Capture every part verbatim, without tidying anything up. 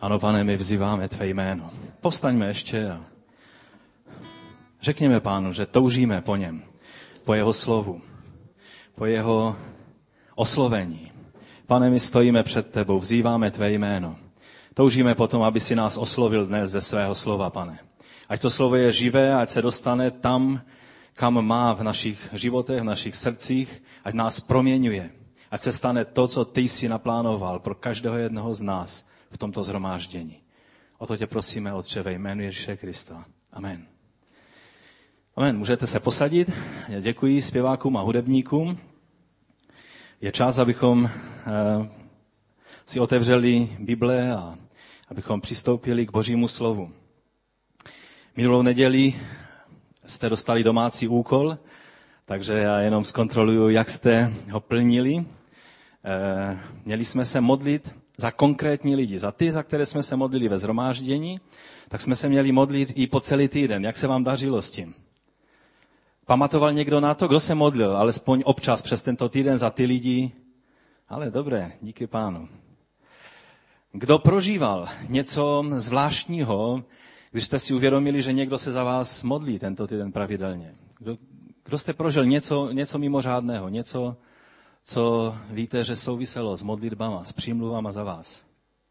Ano, Pane, my vzýváme tvé jméno. Povstaňme ještě a řekněme Pánu, že toužíme po něm, po jeho slovu, po jeho oslovení. Pane, my stojíme před tebou, vzýváme tvé jméno. Toužíme potom, aby si nás oslovil dnes ze svého slova, Pane. Ať to slovo je živé, ať se dostane tam, kam má v našich životech, v našich srdcích, ať nás proměňuje. Ať se stane to, co ty jsi naplánoval pro každého jednoho z nás v tomto shromáždění. O to tě prosíme, Otče, ve jménu Ježíše Krista. Amen. Amen. Můžete se posadit. Já děkuji zpěvákům a hudebníkům. Je čas, abychom si otevřeli Bible a abychom přistoupili k Božímu slovu. Minulou neděli jste dostali domácí úkol, takže já jenom zkontroluju, jak jste ho plnili. Měli jsme se modlit za konkrétní lidi, za ty, za které jsme se modlili ve shromáždění, tak jsme se měli modlit i po celý týden. Jak se vám dařilo s tím? Pamatoval někdo na to, kdo se modlil, alespoň občas přes tento týden za ty lidi? Ale dobré, díky Pánu. Kdo prožíval něco zvláštního, když jste si uvědomili, že někdo se za vás modlí tento týden pravidelně? Kdo, kdo jste prožil něco, něco mimořádného, něco, co víte, že souviselo s modlitbama, s přímluvama za vás?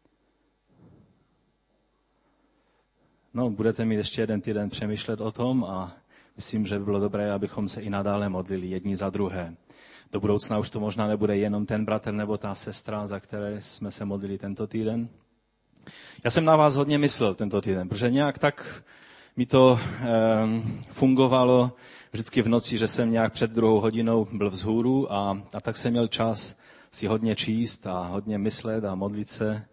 No, budete mít ještě jeden týden přemýšlet o tom a myslím, že by bylo dobré, abychom se i nadále modlili jedni za druhé. Do budoucna už to možná nebude jenom ten bratr nebo ta sestra, za které jsme se modlili tento týden. Já jsem na vás hodně myslel tento týden, protože nějak tak mi to e, fungovalo vždycky v noci, že jsem nějak před druhou hodinou byl vzhůru a, a tak jsem měl čas si hodně číst a hodně myslet a modlit se.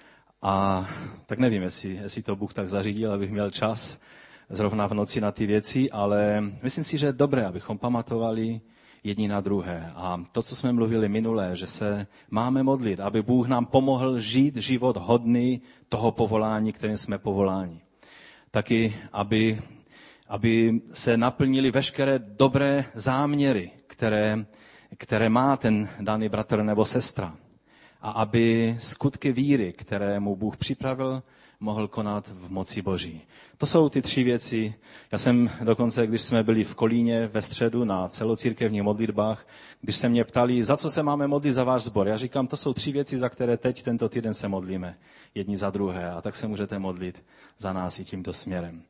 A tak nevím, jestli, jestli to Bůh tak zařídil, abych měl čas zrovna v noci na ty věci, ale myslím si, že je dobré, abychom pamatovali jedni na druhé. A to, co jsme mluvili minule, že se máme modlit, aby Bůh nám pomohl žít život hodný toho povolání, kterým jsme povoláni. Taky, aby, aby se naplnili veškeré dobré záměry, které, které má ten daný bratr nebo sestra. A aby skutky víry, které mu Bůh připravil, mohl konat v moci Boží. To jsou ty tři věci. Já jsem dokonce, když jsme byli v Kolíně ve středu na celocírkevních modlitbách, když se mě ptali, za co se máme modlit za váš sbor, já říkám, to jsou tři věci, za které teď tento týden se modlíme, jedni za druhé, a tak se můžete modlit za nás i tímto směrem.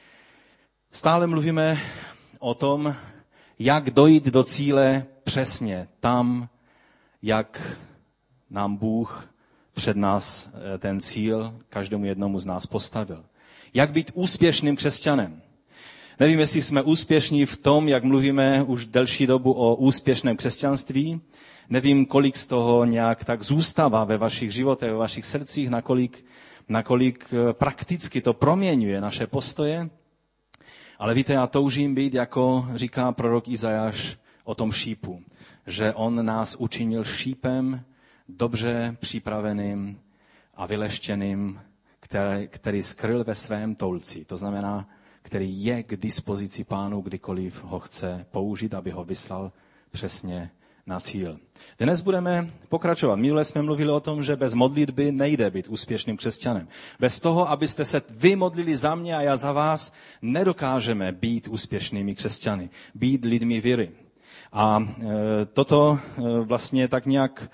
Stále mluvíme o tom, jak dojít do cíle přesně tam, jak nám Bůh před nás ten cíl každému jednomu z nás postavil. Jak být úspěšným křesťanem? Nevím, jestli jsme úspěšní v tom, jak mluvíme už delší dobu o úspěšném křesťanství. Nevím, kolik z toho nějak tak zůstává ve vašich životech, ve vašich srdcích, nakolik, nakolik prakticky to proměňuje naše postoje. Ale víte, já toužím být, jako říká prorok Izajáš o tom šípu, že on nás učinil šípem, dobře připraveným a vyleštěným, který, který skryl ve svém toulci. To znamená, který je k dispozici Pánu, kdykoliv ho chce použít, aby ho vyslal přesně na cíl. Dnes budeme pokračovat. Minule jsme mluvili o tom, že bez modlitby nejde být úspěšným křesťanem. Bez toho, abyste se vy modlili za mě a já za vás, nedokážeme být úspěšnými křesťany, být lidmi víry. A e, toto e, vlastně tak nějak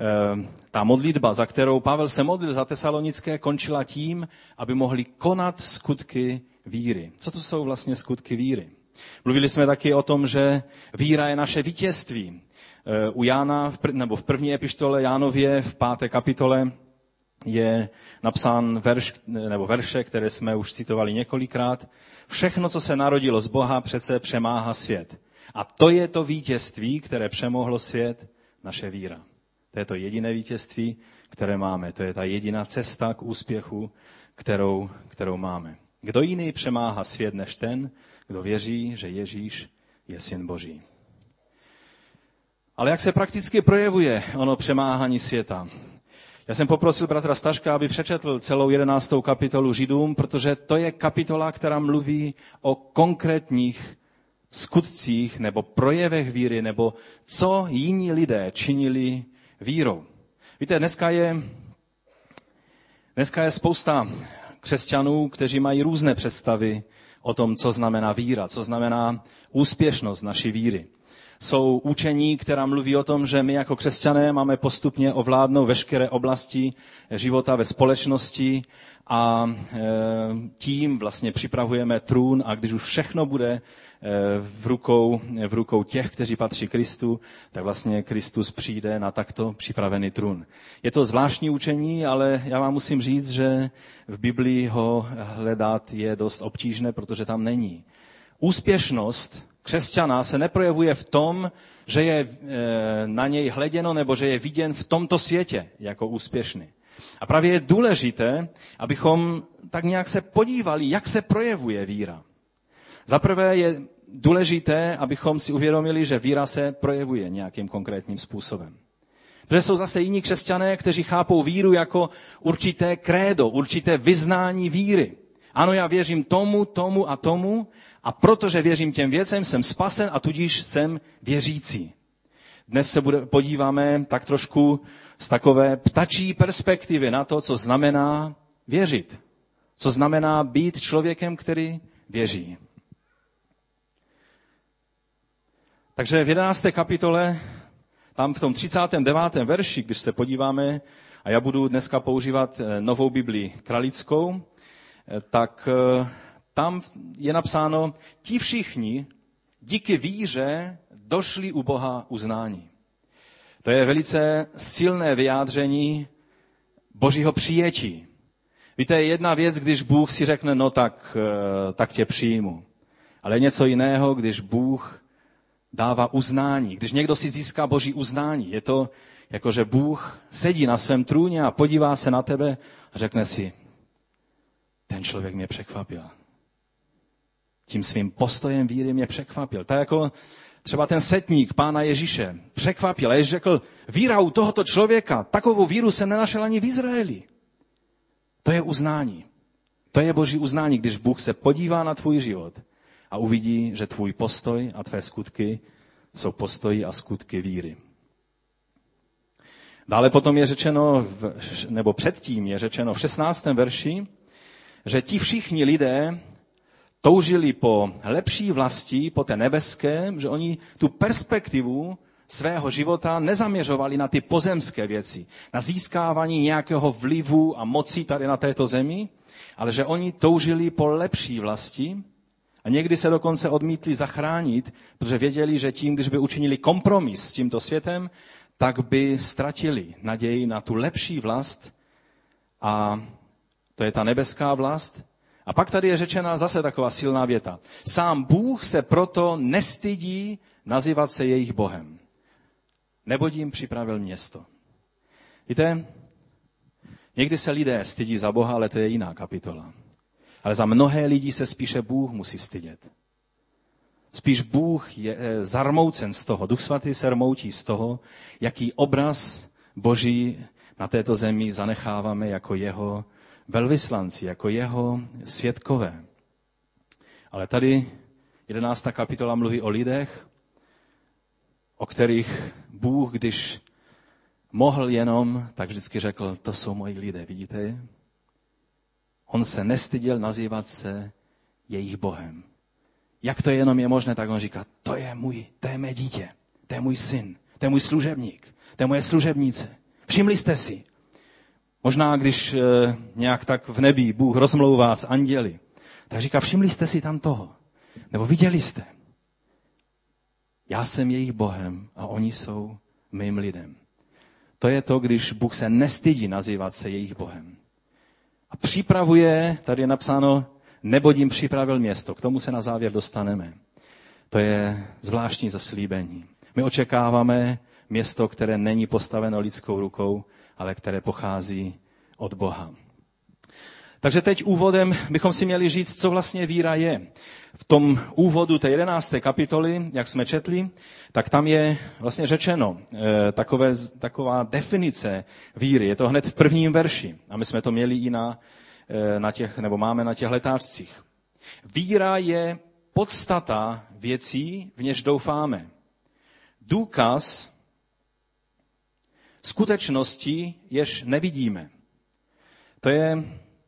ta modlitba, za kterou Pavel se modlil za Tesalonické, končila tím, aby mohli konat skutky víry. Co to jsou vlastně skutky víry? Mluvili jsme taky o tom, že víra je naše vítězství. U Jána, nebo v první epištole Jánově, v páté kapitole, je napsán verš, nebo verše, které jsme už citovali několikrát. Všechno, co se narodilo z Boha, přece přemáhá svět. A to je to vítězství, které přemohlo svět, naše víra. To je to jediné vítězství, které máme. To je ta jediná cesta k úspěchu, kterou, kterou máme. Kdo jiný přemáhá svět než ten, kdo věří, že Ježíš je syn Boží. Ale jak se prakticky projevuje ono přemáhání světa? Já jsem poprosil bratra Staška, aby přečetl celou jedenáctou kapitolu Židům, protože to je kapitola, která mluví o konkrétních skutcích nebo projevech víry, nebo co jiní lidé činili vírou. Víte, dneska je, Dneska je spousta křesťanů, kteří mají různé představy o tom, co znamená víra, co znamená úspěšnost naší víry. Jsou učení, která mluví o tom, že my jako křesťané máme postupně ovládnout veškeré oblasti života ve společnosti a tím vlastně připravujeme trůn a když už všechno bude v rukou, v rukou těch, kteří patří Kristu, tak vlastně Kristus přijde na takto připravený trůn. Je to zvláštní učení, ale já vám musím říct, že v Biblii ho hledat je dost obtížné, protože tam není. Úspěšnost křesťana se neprojevuje v tom, že je na něj hleděno nebo že je viděn v tomto světě jako úspěšný. A právě je důležité, abychom tak nějak se podívali, jak se projevuje víra. Za prvé je důležité, abychom si uvědomili, že víra se projevuje nějakým konkrétním způsobem. Protože jsou zase jiní křesťané, kteří chápou víru jako určité krédo, určité vyznání víry. Ano, já věřím tomu, tomu a tomu a protože věřím těm věcem, jsem spasen a tudíž jsem věřící. Dnes se bude, podíváme tak trošku z takové ptačí perspektivy na to, co znamená věřit. Co znamená být člověkem, který věří. Takže v jedenácté kapitole, tam v tom třicátém devátém verši, když se podíváme, a já budu dneska používat novou Biblii kralickou, tak tam je napsáno, ti všichni díky víře došli u Boha uznání. To je velice silné vyjádření Božího přijetí. Víte, je jedna věc, když Bůh si řekne, no tak, tak tě přijmu. Ale něco jiného, když Bůh dává uznání. Když někdo si získá Boží uznání, je to jako, že Bůh sedí na svém trůně a podívá se na tebe a řekne si, ten člověk mě překvapil. Tím svým postojem víry mě překvapil. Tak jako třeba ten setník Pána Ježíše překvapil. A Ježíš řekl, víra u tohoto člověka, takovou víru jsem nenašel ani v Izraeli. To je uznání. To je Boží uznání, když Bůh se podívá na tvůj život a uvidí, že tvůj postoj a tvé skutky jsou postoji a skutky víry. Dále potom je řečeno, nebo předtím je řečeno v šestnáctém verši, že ti všichni lidé toužili po lepší vlasti, po té nebeské, že oni tu perspektivu svého života nezaměřovali na ty pozemské věci, na získávání nějakého vlivu a moci tady na této zemi, ale že oni toužili po lepší vlasti a někdy se dokonce odmítli zachránit, protože věděli, že tím, když by učinili kompromis s tímto světem, tak by ztratili naději na tu lepší vlast a to je ta nebeská vlast. A pak tady je řečena zase taková silná věta. Sám Bůh se proto nestydí nazývat se jejich Bohem. Neboť jim připravil město. Víte, někdy se lidé stydí za Boha, ale to je jiná kapitola. Ale za mnohé lidi se spíše Bůh musí stydět. Spíš Bůh je zarmoucen z toho, Duch Svatý se rmoutí z toho, jaký obraz Boží na této zemi zanecháváme jako jeho velvyslanci, jako jeho svědkové. Ale tady jedenáctá kapitola mluví o lidech, o kterých Bůh, když mohl jenom, tak vždycky řekl, to jsou moji lidé, vidíte je? On se nestyděl nazývat se jejich Bohem. Jak to jenom je možné, tak on říká, to je můj, to je mé dítě, to je můj syn, to je můj služebník, to je moje služebnice. Všimli jste si. Možná, když e, nějak tak v nebi Bůh rozmlouvá s anděli, tak říká, všimli jste si tam toho, nebo viděli jste. Já jsem jejich Bohem a oni jsou mým lidem. To je to, když Bůh se nestydí nazývat se jejich Bohem. A připravuje, tady je napsáno, neboť jim připravil město. K tomu se na závěr dostaneme. To je zvláštní zaslíbení. My očekáváme město, které není postaveno lidskou rukou, ale které pochází od Boha. Takže teď úvodem bychom si měli říct, co vlastně víra je. V tom úvodu té jedenácté kapitoly, jak jsme četli, tak tam je vlastně řečeno e, takové, taková definice víry. Je to hned v prvním verši. A my jsme to měli i na, e, na těch, nebo máme na těch letáčcích. Víra je podstata věcí, v něž doufáme. Důkaz skutečnosti, jež nevidíme. To je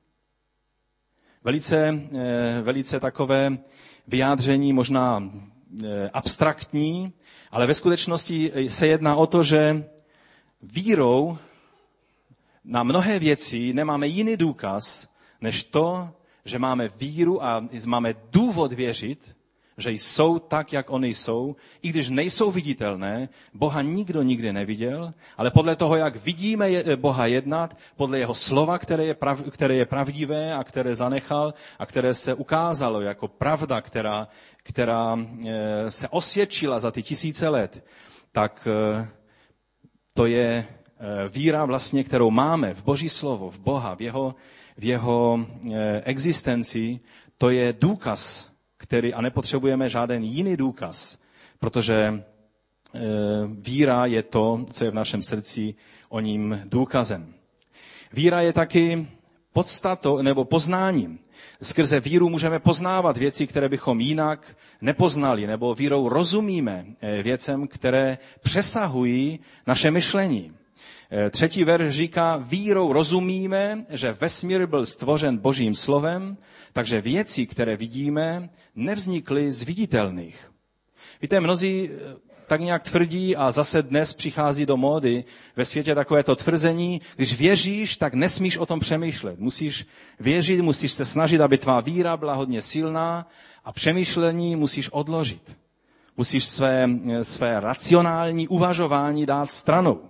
velice, velice takové vyjádření, možná abstraktní, ale ve skutečnosti se jedná o to, že vírou na mnohé věci nemáme jiný důkaz, než to, že máme víru a máme důvod věřit, že jsou tak, jak oni jsou, i když nejsou viditelné, Boha nikdo nikdy neviděl, ale podle toho, jak vidíme Boha jednat, podle jeho slova, které je, prav, které je pravdivé a které zanechal a které se ukázalo jako pravda, která, která se osvědčila za ty tisíce let, tak to je víra vlastně, kterou máme v Boží slovo, v Boha, v jeho, v jeho existenci, to je důkaz, který, a nepotřebujeme žádný jiný důkaz, protože e, víra je to, co je v našem srdci o ním důkazem. Víra je taky podstatou nebo poznáním. Skrze víru můžeme poznávat věci, které bychom jinak nepoznali, nebo vírou rozumíme věcem, které přesahují naše myšlení. Třetí verš říká, vírou rozumíme, že vesmír byl stvořen Božím slovem, takže věci, které vidíme, nevznikly z viditelných. Víte, mnozí tak nějak tvrdí a zase dnes přichází do módy ve světě takovéto tvrzení, když věříš, tak nesmíš o tom přemýšlet. Musíš věřit, musíš se snažit, aby tvá víra byla hodně silná a přemýšlení musíš odložit. Musíš své, své racionální uvažování dát stranou.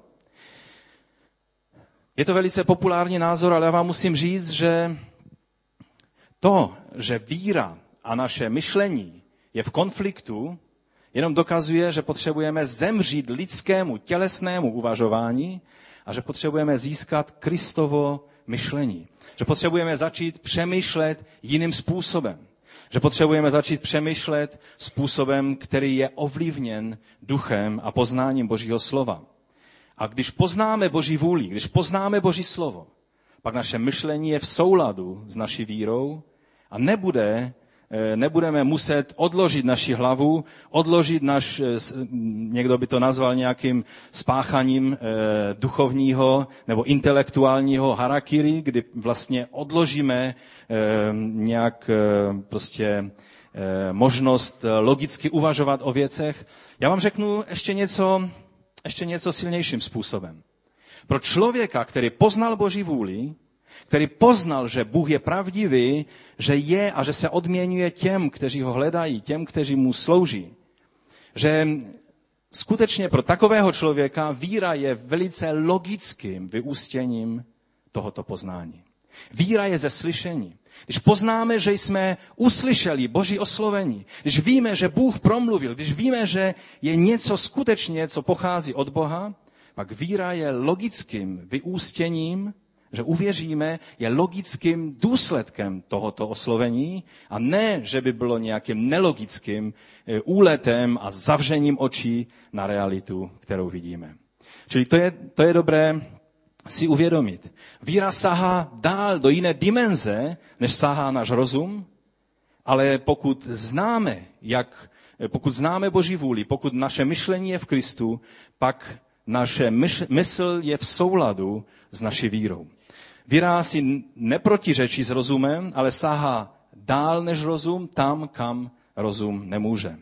Je to velice populární názor, ale já vám musím říct, že to, že víra a naše myšlení je v konfliktu, jenom dokazuje, že potřebujeme zemřít lidskému tělesnému uvažování a že potřebujeme získat Kristovo myšlení. Že potřebujeme začít přemýšlet jiným způsobem. Že potřebujeme začít přemýšlet způsobem, který je ovlivněn duchem a poznáním Božího slova. A když poznáme Boží vůli, když poznáme Boží slovo, pak naše myšlení je v souladu s naší vírou a nebude, nebudeme muset odložit naši hlavu, odložit naš, někdo by to nazval nějakým spáchaním duchovního nebo intelektuálního harakiri, kdy vlastně odložíme nějak prostě možnost logicky uvažovat o věcech. Já vám řeknu ještě něco, ještě něco silnějším způsobem. Pro člověka, který poznal Boží vůli, který poznal, že Bůh je pravdivý, že je a že se odměňuje těm, kteří ho hledají, těm, kteří mu slouží, že skutečně pro takového člověka víra je velice logickým vyústěním tohoto poznání. Víra je ze slyšení. Když poznáme, že jsme uslyšeli Boží oslovení, když víme, že Bůh promluvil, když víme, že je něco skutečně, co pochází od Boha, pak víra je logickým vyústěním, že uvěříme, je logickým důsledkem tohoto oslovení a ne, že by bylo nějakým nelogickým úletem a zavřením očí na realitu, kterou vidíme. Čili to je, to je dobré si uvědomit. Víra sahá dál do jiné dimenze, než sahá náš rozum, ale pokud známe, jak, pokud známe Boží vůli, pokud naše myšlení je v Kristu, pak naše mysl je v souladu s naší vírou. Víra si neprotiřečí s rozumem, ale sahá dál než rozum, tam, kam rozum nemůže.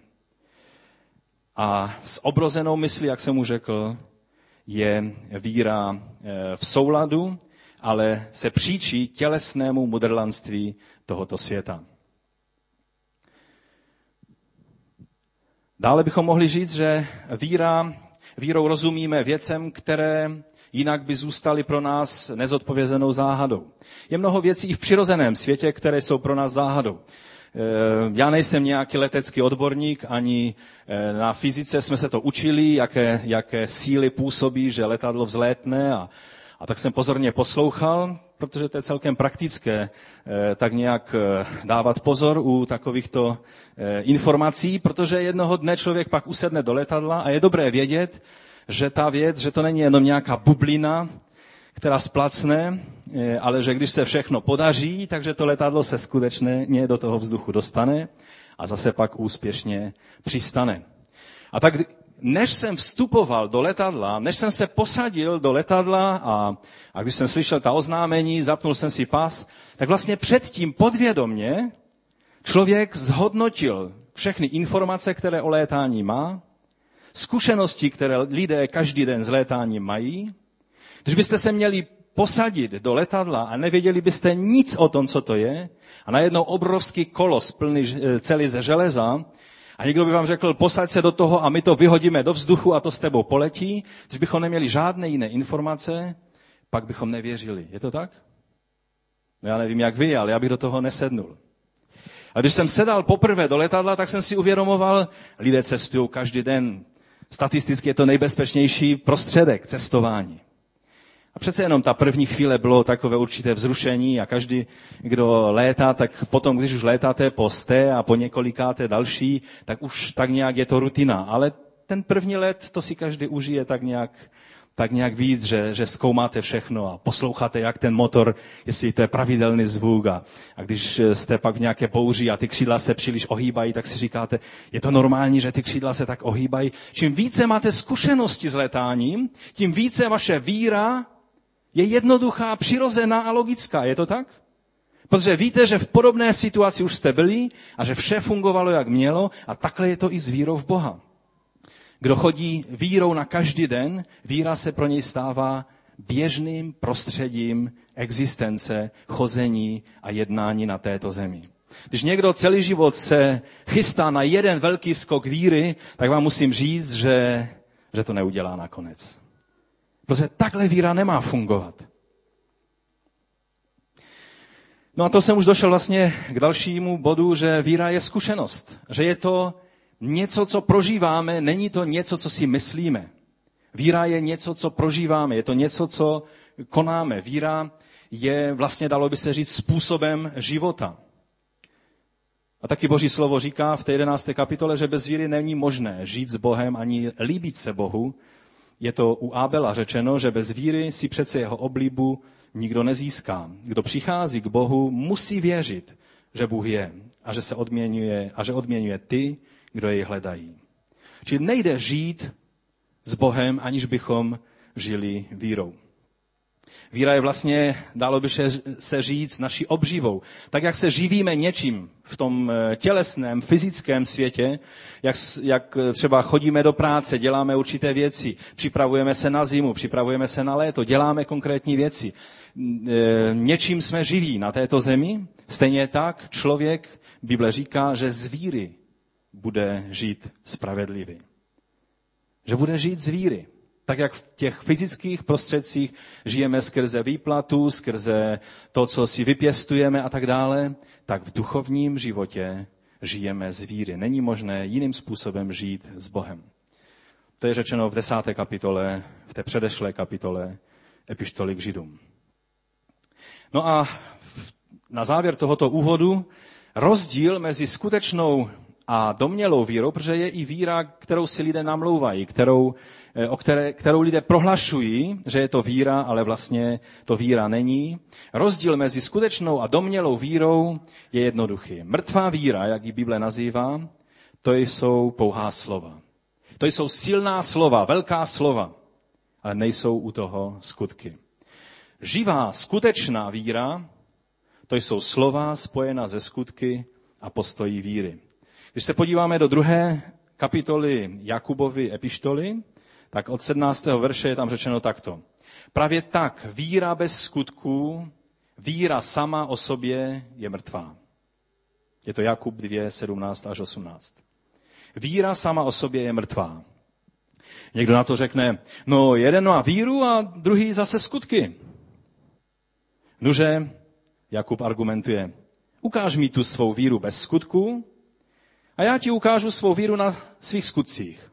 A s obrozenou myslí, jak jsem mu řekl, je víra v souladu, ale se příčí tělesnému mudrlanství tohoto světa. Dále bychom mohli říct, že víra, vírou rozumíme věcem, které jinak by zůstaly pro nás nezodpovězenou záhadou. Je mnoho věcí i v přirozeném světě, které jsou pro nás záhadou. Já nejsem nějaký letecký odborník, ani na fyzice jsme se to učili, jaké, jaké síly působí, že letadlo vzlétne a, a tak jsem pozorně poslouchal, protože to je celkem praktické tak nějak dávat pozor u takovýchto informací, protože jednoho dne člověk pak usedne do letadla a je dobré vědět, že ta věc, že to není jenom nějaká bublina, která splacne, ale že když se všechno podaří, takže to letadlo se skutečně do toho vzduchu dostane a zase pak úspěšně přistane. A tak než jsem vstupoval do letadla, než jsem se posadil do letadla a, a když jsem slyšel ta oznámení, zapnul jsem si pas, tak vlastně předtím podvědomě člověk zhodnotil všechny informace, které o létání má, zkušenosti, které lidé každý den z létání mají. Když byste se měli posadit do letadla a nevěděli byste nic o tom, co to je, a najednou obrovský kolos plný celý ze železa, a někdo by vám řekl, posaď se do toho a my to vyhodíme do vzduchu a to s tebou poletí, když bychom neměli žádné jiné informace, pak bychom nevěřili. Je to tak? No já nevím, jak vy, ale já bych do toho nesednul. A když jsem sedal poprvé do letadla, tak jsem si uvědomoval, lidé cestují každý den. Statisticky je to nejbezpečnější prostředek cestování. A přece jenom ta první chvíle bylo takové určité vzrušení a každý, kdo létá, tak potom, když už létáte po sté a po několikáté další, tak už tak nějak je to rutina. Ale ten první let, to si každý užije tak nějak, tak nějak víc, že, že zkoumáte všechno a posloucháte, jak ten motor, jestli to je pravidelný zvuk. A, a když jste pak v nějaké bouři a ty křídla se příliš ohýbají, tak si říkáte, je to normální, že ty křídla se tak ohýbají. Čím více máte zkušenosti s letáním, tím více vaše víra je jednoduchá, přirozená a logická. Je to tak? Protože víte, že v podobné situaci už jste byli a že vše fungovalo, jak mělo, a takhle je to i s vírou v Boha. Kdo chodí vírou na každý den, víra se pro něj stává běžným prostředím existence, chození a jednání na této zemi. Když někdo celý život se chystá na jeden velký skok víry, tak vám musím říct, že, že to neudělá nakonec. Protože takhle víra nemá fungovat. No a to jsem už došel vlastně k dalšímu bodu, že víra je zkušenost. Že je to něco, co prožíváme, není to něco, co si myslíme. Víra je něco, co prožíváme, je to něco, co konáme. Víra je vlastně, dalo by se říct, způsobem života. A taky Boží slovo říká v té jedenácté kapitole, že bez víry není možné žít s Bohem ani líbit se Bohu. Je to u Ábela řečeno, že bez víry si přece jeho oblibu nikdo nezíská. Kdo přichází k Bohu, musí věřit, že Bůh je a že se odměňuje a že odměňuje ty, kdo jej hledají. Čili nejde žít s Bohem, aniž bychom žili vírou. Víra je vlastně, dalo by se říct, naší obživou. Tak, jak se živíme něčím v tom tělesném, fyzickém světě, jak, jak třeba chodíme do práce, děláme určité věci, připravujeme se na zimu, připravujeme se na léto, děláme konkrétní věci. Něčím jsme živí na této zemi, stejně tak člověk, Bible říká, že z víry bude žít spravedlivý. Že bude žít z víry. Tak jak v těch fyzických prostředcích žijeme skrze výplatu, skrze to, co si vypěstujeme a tak dále, tak v duchovním životě žijeme z víry. Není možné jiným způsobem žít s Bohem. To je řečeno v desáté kapitole, v té předešlé kapitole epištoly k Židům. No a na závěr tohoto úvodu rozdíl mezi skutečnou a domnělou vírou, protože je i víra, kterou si lidé namlouvají, kterou, o které, kterou lidé prohlašují, že je to víra, ale vlastně to víra není. Rozdíl mezi skutečnou a domnělou vírou je jednoduchý. Mrtvá víra, jak ji Bible nazývá, to jsou pouhá slova. To jsou silná slova, velká slova, ale nejsou u toho skutky. Živá, skutečná víra, to jsou slova spojená ze skutky a postojí víry. Když se podíváme do druhé kapitoly Jakubovy epištoly, tak od sedmnáctého verše je tam řečeno takto. Právě tak víra bez skutků, víra sama o sobě je mrtvá. Je to Jakub dva, sedmnáct až osmnáct. Víra sama o sobě je mrtvá. Někdo na to řekne, no jeden má víru a druhý zase skutky. Nuže, Jakub argumentuje, ukáž mi tu svou víru bez skutků a já ti ukážu svou víru na svých skutcích.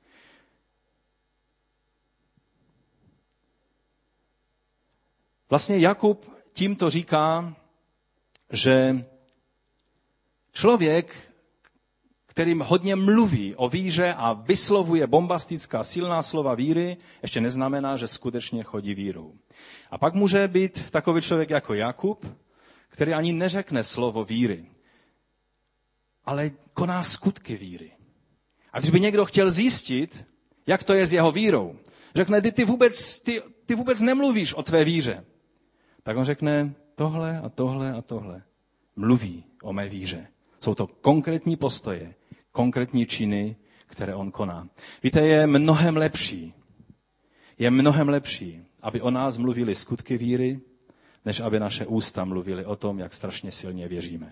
Vlastně Jakub tímto říká, že člověk, kterým hodně mluví o víře a vyslovuje bombastická silná slova víry, ještě neznamená, že skutečně chodí vírou. A pak může být takový člověk jako Jakub, který ani neřekne slovo víry, ale koná skutky víry. A když by někdo chtěl zjistit, jak to je s jeho vírou, řekne, ty, ty, vůbec, ty, ty vůbec nemluvíš o tvé víře. Tak on řekne, tohle a tohle a tohle mluví o mé víře. Jsou to konkrétní postoje, konkrétní činy, které on koná. Víte, je mnohem lepší, je mnohem lepší, aby o nás mluvili skutky víry, než aby naše ústa mluvily o tom, jak strašně silně věříme.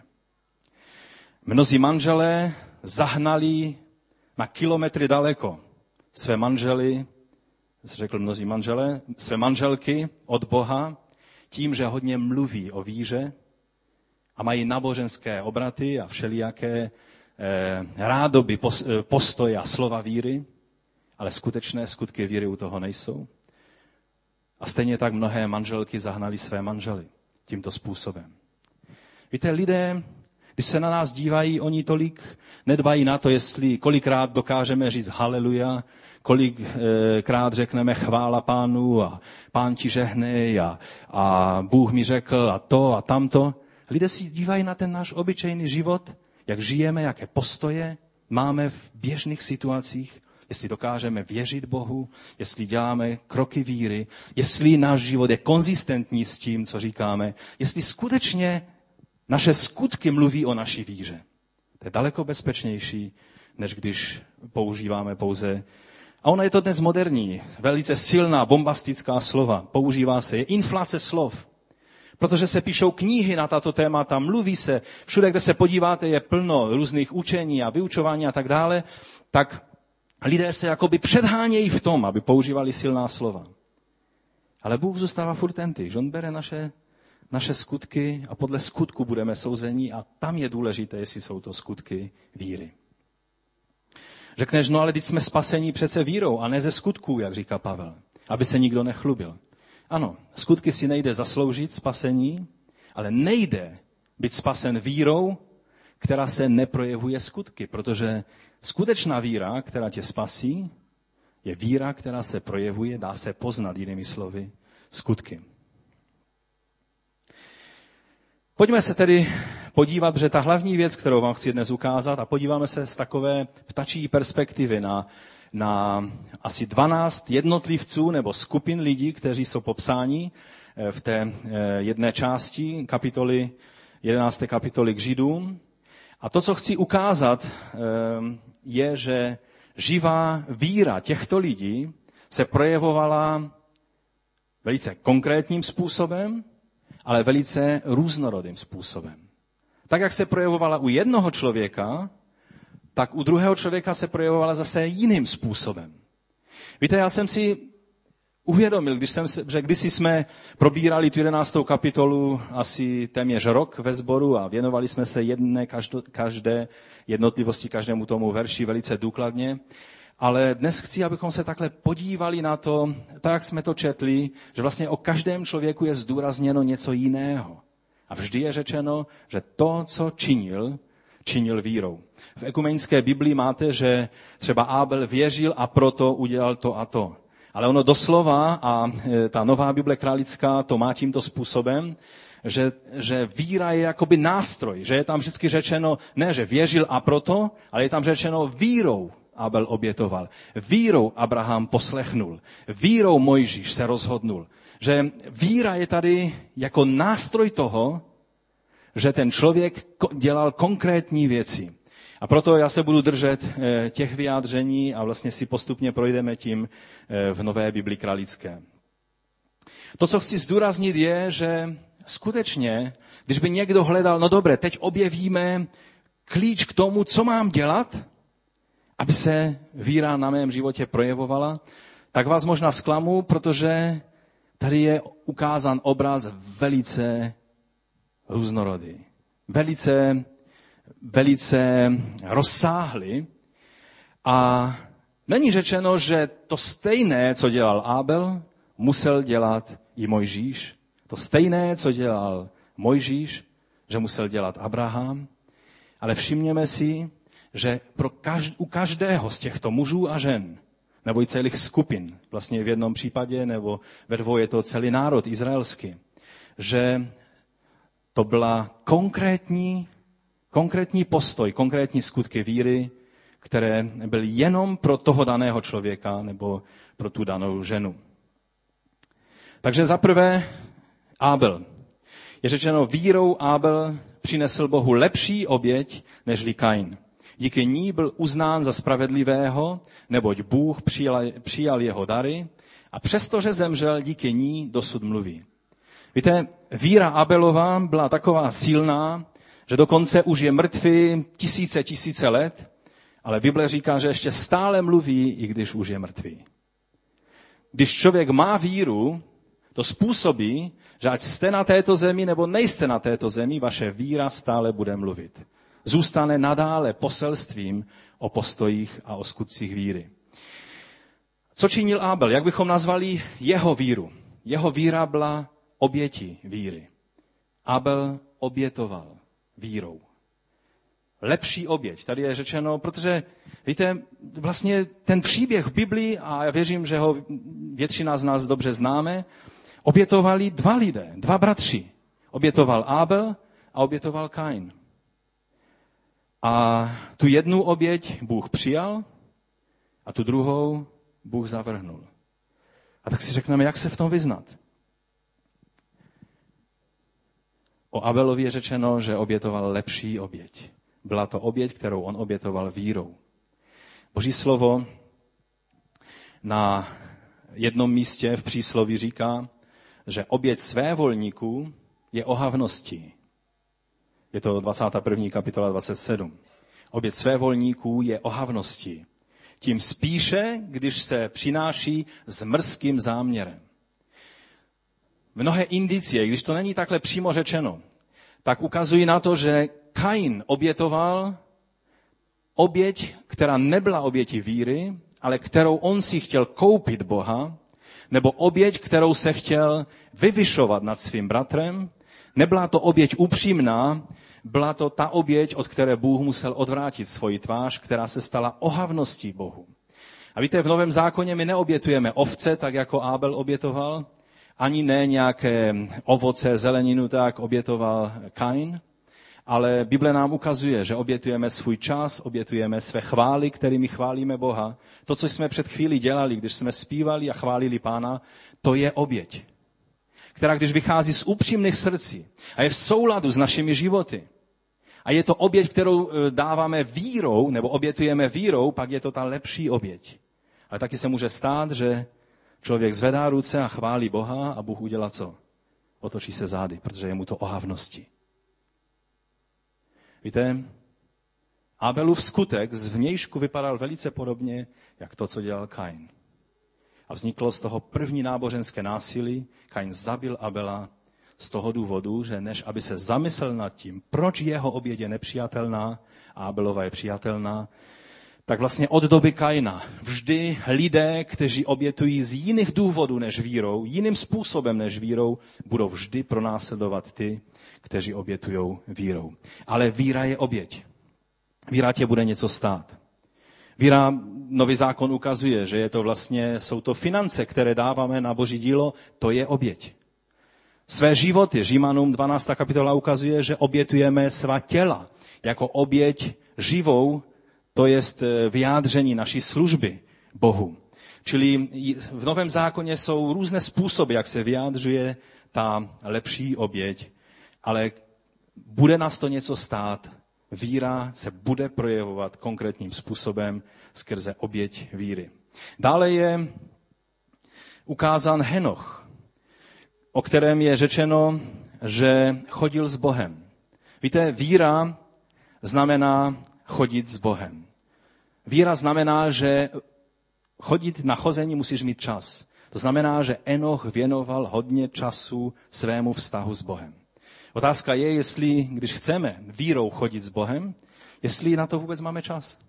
Mnozí manželé zahnali na kilometry daleko své manžely, řekl mnozí manželé, své manželky od Boha tím, že hodně mluví o víře a mají náboženské obraty a všelijaké eh, rádoby postoje a slova víry, ale skutečné skutky víry u toho nejsou. A stejně tak mnohé manželky zahnali své manžely tímto způsobem. Víte, lidé, když se na nás dívají, oni tolik nedbají na to, jestli kolikrát dokážeme říct haleluja, kolikrát řekneme chvála Pánu a Pán ti žehnej a, a Bůh mi řekl a to a tamto. Lidé si dívají na ten náš obyčejný život, jak žijeme, jaké postoje máme v běžných situacích, jestli dokážeme věřit Bohu, jestli děláme kroky víry, jestli náš život je konzistentní s tím, co říkáme, jestli skutečně naše skutky mluví o naší víře. To je daleko bezpečnější, než když používáme pouze. A ono je to dnes moderní, velice silná, bombastická slova. Používá se, je inflace slov. Protože se píšou knihy na tato témata, mluví se, všude, kde se podíváte, je plno různých učení a vyučování a tak dále, tak lidé se jakoby předhánějí v tom, aby používali silná slova. Ale Bůh zůstává furt tentýž. On bere naše, naše skutky a podle skutku budeme souzení a tam je důležité, jestli jsou to skutky víry. Řekneš, no ale teď jsme spasení přece vírou a ne ze skutků, jak říká Pavel, aby se nikdo nechlubil. Ano, skutky si nejde zasloužit spasení, ale nejde být spasen vírou, která se neprojevuje skutky, protože skutečná víra, která tě spasí, je víra, která se projevuje, dá se poznat, jinými slovy, skutky. Pojďme se tedy podívat, protože ta hlavní věc, kterou vám chci dnes ukázat, a podíváme se z takové ptačí perspektivy na, na asi dvanáct jednotlivců nebo skupin lidí, kteří jsou popsáni v té jedné části kapitoly, jedenácté kapitoly k Židům. A to, co chci ukázat, je, že živá víra těchto lidí se projevovala velice konkrétním způsobem, ale velice různorodým způsobem. Tak, jak se projevovala u jednoho člověka, tak u druhého člověka se projevovala zase jiným způsobem. Víte, já jsem si uvědomil, když jsem se, že kdysi jsme probírali tu jedenáctou kapitolu asi téměř rok ve sboru a věnovali jsme se jedné, každo, každé jednotlivosti, každému tomu verši velice důkladně. Ale dnes chci, abychom se takhle podívali na to, tak jak jsme to četli, že vlastně o každém člověku je zdůrazněno něco jiného. A vždy je řečeno, že to, co činil, činil vírou. V ekumenické Biblii máte, že třeba Abel věřil a proto udělal to a to. Ale ono doslova, a ta nová Bible kralická to má tímto způsobem, že, že víra je jakoby nástroj, že je tam vždycky řečeno, ne, že věřil a proto, ale je tam řečeno vírou Abel obětoval. Vírou Abraham poslechnul. Vírou Mojžíš se rozhodnul. Že víra je tady jako nástroj toho, že ten člověk dělal konkrétní věci. A proto já se budu držet těch vyjádření a vlastně si postupně projdeme tím v Nové Bibli kralické. To, co chci zdůraznit, je, že skutečně, když by někdo hledal, no dobré, teď objevíme klíč k tomu, co mám dělat, aby se víra na mém životě projevovala, tak vás možná zklamu, protože tady je ukázán obraz velice různorodý. Velice, velice rozsáhlý. A není řečeno, že to stejné, co dělal Abel, musel dělat i Mojžíš. To stejné, co dělal Mojžíš, že musel dělat Abraham. Ale všimněme si, že pro každ- u každého z těchto mužů a žen, nebo i celých skupin, vlastně v jednom případě, nebo ve dvou je to celý národ izraelský, že to byla konkrétní, konkrétní postoj, konkrétní skutky víry, které byly jenom pro toho daného člověka nebo pro tu danou ženu. Takže zaprvé Ábel. Je řečeno, vírou Ábel přinesl Bohu lepší oběť nežli Kain. Díky ní byl uznán za spravedlivého, neboť Bůh přijal, přijal jeho dary a přestože zemřel, díky ní dosud mluví. Víte, víra Abelova byla taková silná, že dokonce už je mrtvý tisíce, tisíce let, ale Bible říká, že ještě stále mluví, i když už je mrtvý. Když člověk má víru, to způsobí, že ať jste na této zemi nebo nejste na této zemi, vaše víra stále bude mluvit. Zůstane nadále poselstvím o postojích a o skutcích víry. Co činil Ábel? Jak bychom nazvali jeho víru? Jeho víra byla oběti víry. Ábel obětoval vírou. Lepší oběť. Tady je řečeno, protože, víte, vlastně ten příběh v Biblii, a já věřím, že ho většina z nás dobře známe, obětovali dva lidé, dva bratři. Obětoval Ábel a obětoval Kain. A tu jednu oběť Bůh přijal a tu druhou Bůh zavrhnul. A tak si řekneme, jak se v tom vyznat. O Abelovi je řečeno, že obětoval lepší oběť. Byla to oběť, kterou on obětoval vírou. Boží slovo na jednom místě v přísloví říká, že oběť svévolníků je ohavností. Je to dvacátá první kapitola dvacet sedm. Oběť svévolníků je ohavností. Tím spíše, když se přináší s mrzkým záměrem. Mnohé indicie, když to není takhle přímo řečeno, tak ukazují na to, že Kain obětoval oběť, která nebyla obětí víry, ale kterou on si chtěl koupit Boha, nebo oběť, kterou se chtěl vyvyšovat nad svým bratrem. Nebyla to oběť upřímná, byla to ta oběť, od které Bůh musel odvrátit svoji tvář, která se stala ohavností Bohu. A víte, v Novém zákoně my neobětujeme ovce, tak jako Ábel obětoval, ani ne nějaké ovoce, zeleninu, tak obětoval Kain, ale Bible nám ukazuje, že obětujeme svůj čas, obětujeme své chvály, kterými chválíme Boha. To, co jsme před chvíli dělali, když jsme zpívali a chválili Pána, to je oběť, která když vychází z upřímných srdcí a je v souladu s našimi životy, a je to oběť, kterou dáváme vírou, nebo obětujeme vírou, pak je to ta lepší oběť. Ale taky se může stát, že člověk zvedá ruce a chválí Boha a Bůh udělá co? Otočí se zády, protože je mu to ohavnosti. Víte, Ábelův skutek z vnějšku vypadal velice podobně, jak to, co dělal Kain. A vzniklo z toho první náboženské násilí. Kain zabil Abela z toho důvodu, že než aby se zamyslel nad tím, proč jeho oběť je nepřijatelná a Abelova je přijatelná, tak vlastně od doby Kaina vždy lidé, kteří obětují z jiných důvodů než vírou, jiným způsobem než vírou, budou vždy pronásledovat ty, kteří obětují vírou. Ale víra je oběť. Víra tě bude něco stát. Víra, Nový zákon ukazuje, že je to vlastně, jsou to finance, které dáváme na Boží dílo, to je oběť. Své životy, Římanům dvanáctá kapitola ukazuje, že obětujeme svá těla jako oběť živou, to jest vyjádření naší služby Bohu. Čili v Novém zákoně jsou různé způsoby, jak se vyjádřuje ta lepší oběť, ale bude nás to něco stát. Víra se bude projevovat konkrétním způsobem skrze oběť víry. Dále je ukázán Henoch, o kterém je řečeno, že chodil s Bohem. Víte, víra znamená chodit s Bohem. Víra znamená, že chodit na chození musíš mít čas. To znamená, že Enoch věnoval hodně času svému vztahu s Bohem. Otázka je, jestli, když chceme vírou chodit s Bohem, jestli na to vůbec máme čas.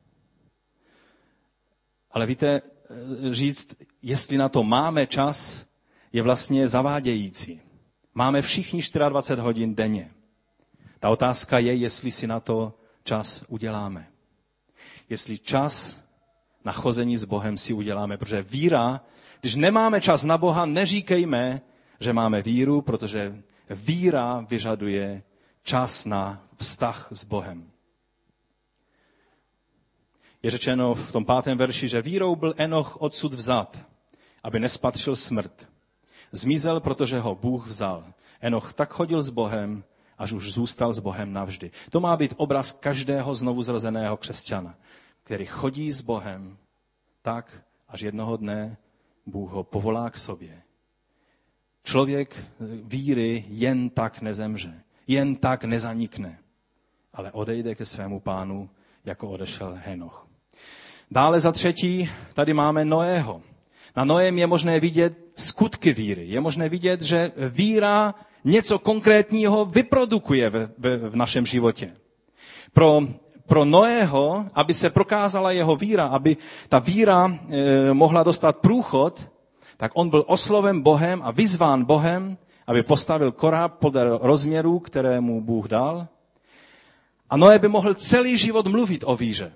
Ale víte, říct, jestli na to máme čas, je vlastně zavádějící. Máme všichni dvacet čtyři hodin denně. Ta otázka je, jestli si na to čas uděláme. Jestli čas na chození s Bohem si uděláme, protože víra, když nemáme čas na Boha, neříkejme, že máme víru, protože víra vyžaduje čas na vztah s Bohem. je řečeno v tom pátém verši, že vírou byl Enoch odsud vzat, aby nespatřil smrt. Zmizel, protože ho Bůh vzal. Enoch tak chodil s Bohem, až už zůstal s Bohem navždy. To má být obraz každého znovuzrozeného křesťana, který chodí s Bohem tak, až jednoho dne Bůh ho povolá k sobě. Člověk víry jen tak nezemře, jen tak nezanikne, ale odejde ke svému pánu, jako odešel Henoch. Dále za třetí, tady máme Noého. Na Noém je možné vidět skutky víry. Je možné vidět, že víra něco konkrétního vyprodukuje v, v, v našem životě. Pro, pro Noého, aby se prokázala jeho víra, aby ta víra e, mohla dostat průchod, tak on byl osloven Bohem a vyzván Bohem, aby postavil koráb podle rozměrů, které mu Bůh dal. A Noé by mohl celý život mluvit o víře.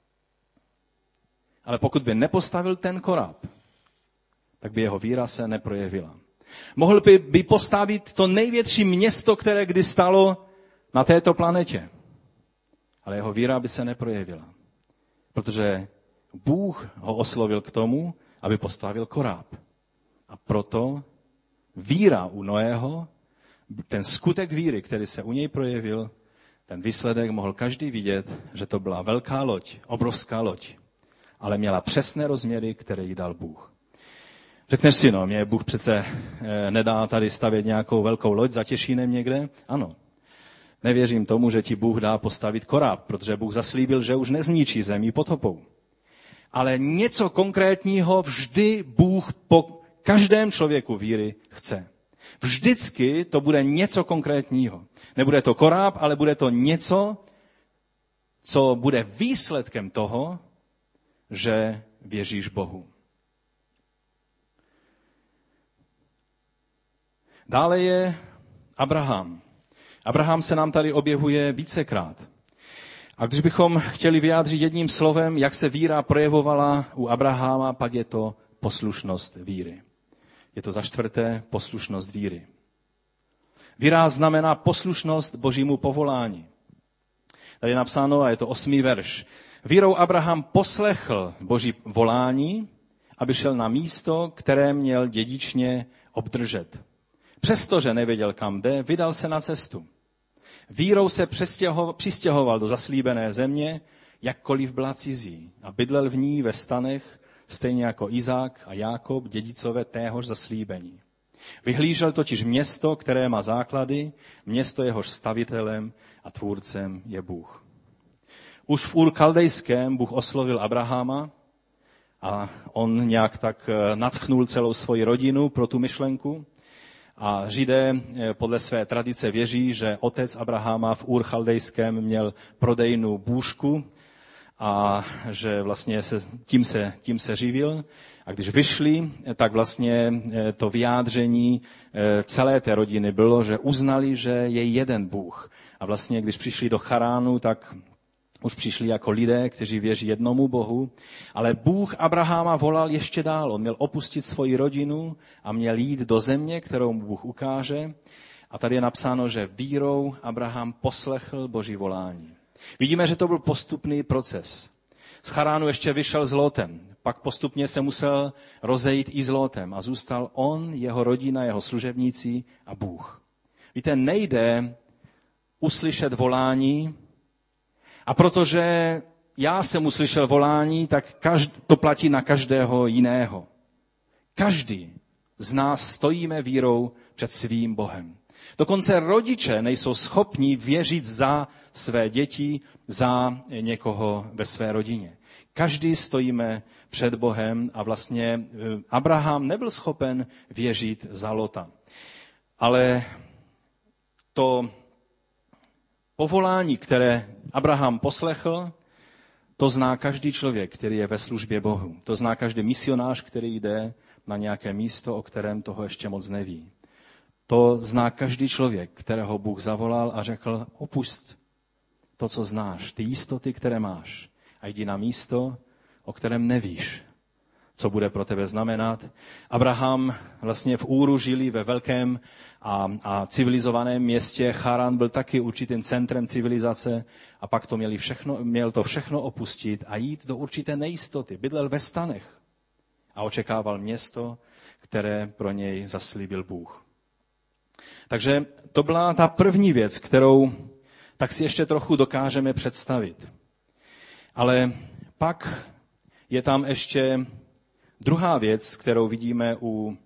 Ale pokud by nepostavil ten koráb, tak by jeho víra se neprojevila. Mohl by, by postavit to největší město, které kdy stalo na této planetě. Ale jeho víra by se neprojevila. Protože Bůh ho oslovil k tomu, aby postavil koráb. A proto víra u Noého, ten skutek víry, který se u něj projevil, ten výsledek mohl každý vidět, že to byla velká loď, obrovská loď, ale měla přesné rozměry, které jí dal Bůh. Řekneš si, no, mě Bůh přece nedá tady stavět nějakou velkou loď za Těšínem někde? Ano. Nevěřím tomu, že ti Bůh dá postavit koráb, protože Bůh zaslíbil, že už nezničí zemi potopou. Ale něco konkrétního vždy Bůh po každém člověku víry chce. Vždycky to bude něco konkrétního. Nebude to koráb, ale bude to něco, co bude výsledkem toho, že věříš Bohu. Dále je Abraham. Abraham se nám tady objevuje vícekrát. A když bychom chtěli vyjádřit jedním slovem, jak se víra projevovala u Abrahama, pak je to poslušnost víry. Je to za čtvrté poslušnost víry. Víra znamená poslušnost Božímu povolání. Tady je napsáno, a je to osmý verš. Vírou Abraham poslechl Boží volání, aby šel na místo, které měl dědičně obdržet. Přestože nevěděl, kam jde, vydal se na cestu. Vírou se přistěhoval do zaslíbené země, jakkoliv byla cizí, a bydlel v ní ve stanech, stejně jako Izák a Jákob, dědicové téhož zaslíbení. Vyhlížel totiž město, které má základy, město jehož stavitelem a tvůrcem je Bůh. Už v Ur Kaldejském Bůh oslovil Abrahama a on nějak tak nadchnul celou svoji rodinu pro tu myšlenku. A Židé podle své tradice věří, že otec Abrahama v Ur Chaldejském měl prodejnu bůžku a že vlastně se, tím, se, tím se živil. A když vyšli, tak vlastně to vyjádření celé té rodiny bylo, že uznali, že je jeden Bůh. A vlastně když přišli do Charánu, tak už přišli jako lidé, kteří věří jednomu Bohu, ale Bůh Abrahama volal ještě dál. On měl opustit svoji rodinu a měl jít do země, kterou mu Bůh ukáže. A tady je napsáno, že vírou Abraham poslechl Boží volání. Vidíme, že to byl postupný proces. Z Charánu ještě vyšel s Lótem, pak postupně se musel rozejít i s Lótem a zůstal on, jeho rodina, jeho služebníci a Bůh. Víte, nejde uslyšet volání, a protože já jsem uslyšel volání, tak každ- to platí na každého jiného. Každý z nás stojíme vírou před svým Bohem. Dokonce rodiče nejsou schopni věřit za své děti, za někoho ve své rodině. Každý stojíme před Bohem a vlastně Abraham nebyl schopen věřit za Lota. Ale to povolání, které Abraham poslechl, to zná každý člověk, který je ve službě Bohu. To zná každý misionář, který jde na nějaké místo, o kterém toho ještě moc neví. To zná každý člověk, kterého Bůh zavolal a řekl, opusť to, co znáš, ty jistoty, které máš, a jdi na místo, o kterém nevíš. co bude pro tebe znamenat. Abraham vlastně v Úru žili ve velkém a, a civilizovaném městě. Charan byl taky určitým centrem civilizace a pak to měli všechno, měl to všechno opustit a jít do určité nejistoty. Bydlel ve stanech a očekával město, které pro něj zaslíbil Bůh. Takže to byla ta první věc, kterou tak si ještě trochu dokážeme představit. Ale pak je tam ještě druhá věc, kterou vidíme u,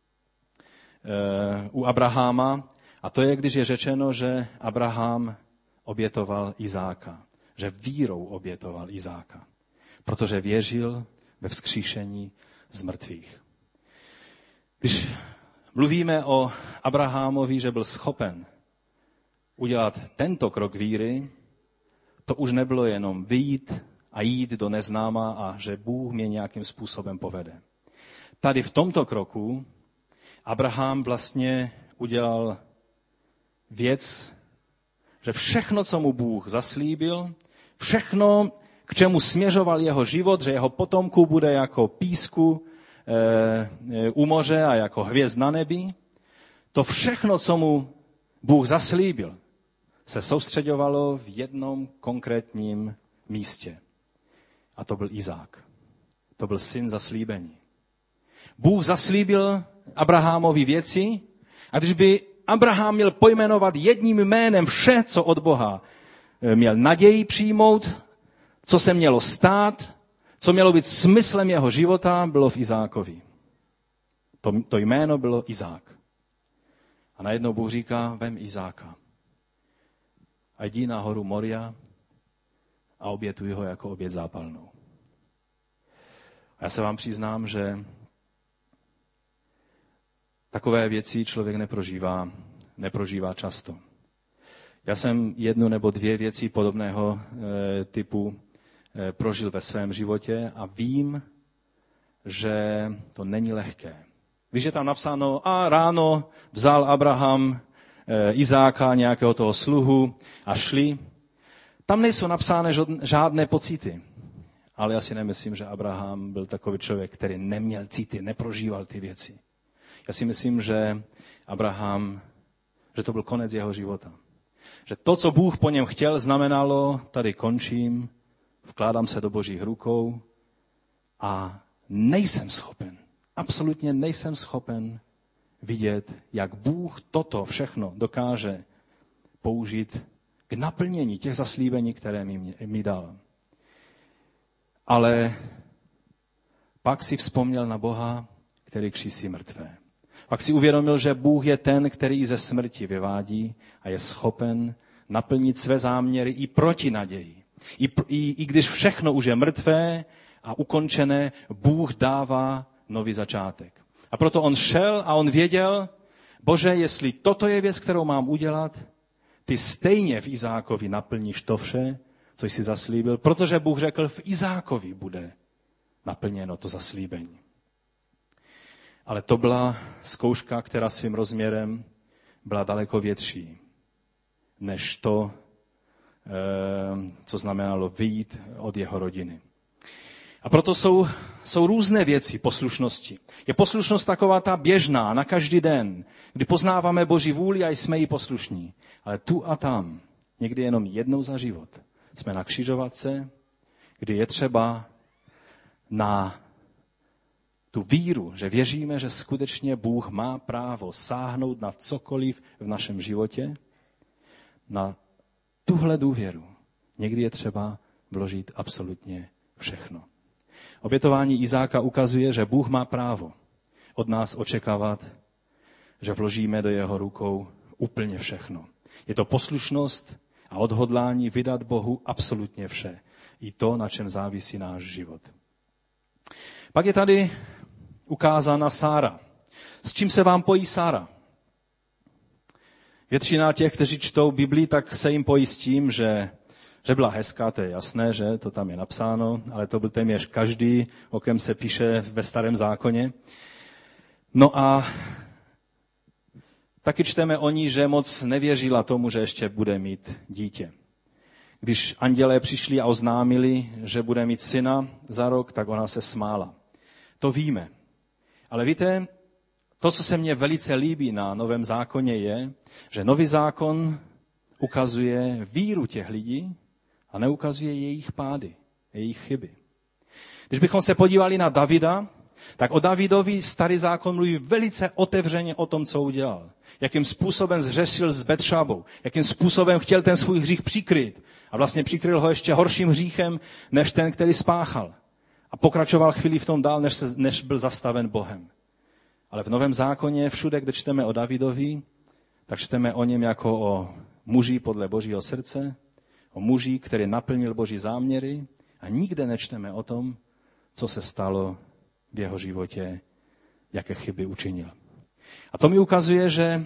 e, u Abraháma, a to je, když je řečeno, že Abraham obětoval Izáka, že vírou obětoval Izáka, protože věřil ve vzkříšení z mrtvých. Když mluvíme o Abrahamovi, že byl schopen udělat tento krok víry, to už nebylo jenom vyjít a jít do neznáma a že Bůh mě nějakým způsobem povede. Tady v tomto kroku Abraham vlastně udělal věc, že všechno, co mu Bůh zaslíbil, všechno, k čemu směřoval jeho život, že jeho potomků bude jako písku e, u moře a jako hvězd na nebi, to všechno, co mu Bůh zaslíbil, se soustředovalo v jednom konkrétním místě. A to byl Izák. To byl syn zaslíbení. Bůh zaslíbil Abrahamovi věci a když by Abraham měl pojmenovat jedním jménem vše, co od Boha měl naději přijmout, co se mělo stát, co mělo být smyslem jeho života, bylo v Izákovi. To, to jméno bylo Izák. A najednou Bůh říká, vem Izáka a jdi na horu Moria a obětuj ho jako oběť zápalnou. A já se vám přiznám, že takové věci člověk neprožívá, neprožívá často. Já jsem jednu nebo dvě věci podobného e, typu e, prožil ve svém životě a vím, že to není lehké. Když je tam napsáno, a ráno vzal Abraham e, Izáka, nějakého toho sluhu a šli, tam nejsou napsány žádné pocity. Ale já si nemyslím, že Abraham byl takový člověk, který neměl city, neprožíval ty věci. Já si myslím, že Abraham, že to byl konec jeho života. Že to, co Bůh po něm chtěl, znamenalo, tady končím, vkládám se do Božích rukou a nejsem schopen, absolutně nejsem schopen vidět, jak Bůh toto všechno dokáže použít k naplnění těch zaslíbení, které mi, mi dal. Ale pak si vzpomněl na Boha, který křísí mrtvé. Pak si uvědomil, že Bůh je ten, který ze smrti vyvádí a je schopen naplnit své záměry i proti naději. I, i, I když všechno už je mrtvé a ukončené, Bůh dává nový začátek. A proto on šel a on věděl, Bože, jestli toto je věc, kterou mám udělat, ty stejně v Izákovi naplníš to vše, co jsi zaslíbil, protože Bůh řekl, v Izákovi bude naplněno to zaslíbení. Ale to byla zkouška, která svým rozměrem byla daleko větší, než to, co znamenalo vyjít od jeho rodiny. A proto jsou, jsou různé věci poslušnosti. Je poslušnost taková ta běžná, na každý den, kdy poznáváme Boží vůli a jsme jí poslušní. Ale tu a tam, někdy jenom jednou za život, jsme na křižovatce, kdy je třeba na tu víru, že věříme, že skutečně Bůh má právo sáhnout na cokoliv v našem životě, na tuhle důvěru. Někdy je třeba vložit absolutně všechno. Obětování Izáka ukazuje, že Bůh má právo od nás očekávat, že vložíme do jeho rukou úplně všechno. Je to poslušnost a odhodlání vydat Bohu absolutně vše. I to, na čem závisí náš život. Pak je tady ukázána Sára. S čím se vám pojí Sára? Většina těch, kteří čtou Biblii, tak se jim pojí s tím, že, že byla hezká, to je jasné, že to tam je napsáno, ale to byl téměř každý, o kom se píše ve Starém zákoně. No a taky čteme o ní, že moc nevěřila tomu, že ještě bude mít dítě. Když andělé přišli a oznámili, že bude mít syna za rok, tak ona se smála. To víme. Ale víte, to, co se mně velice líbí na Novém zákoně, je, že Nový zákon ukazuje víru těch lidí a neukazuje jejich pády, jejich chyby. Když bychom se podívali na Davida, tak o Davidovi Starý zákon mluví velice otevřeně o tom, co udělal. Jakým způsobem zřešil s Betšabou, jakým způsobem chtěl ten svůj hřích přikryt. A vlastně přikryl ho ještě horším hříchem, než ten, který spáchal. A pokračoval chvíli v tom dál, než, se, než byl zastaven Bohem. Ale v Novém zákoně, všude, kde čteme o Davidovi, tak čteme o něm jako o muži podle Božího srdce, o muži, který naplnil Boží záměry a nikde nečteme o tom, co se stalo v jeho životě, jaké chyby učinil. A to mi ukazuje, že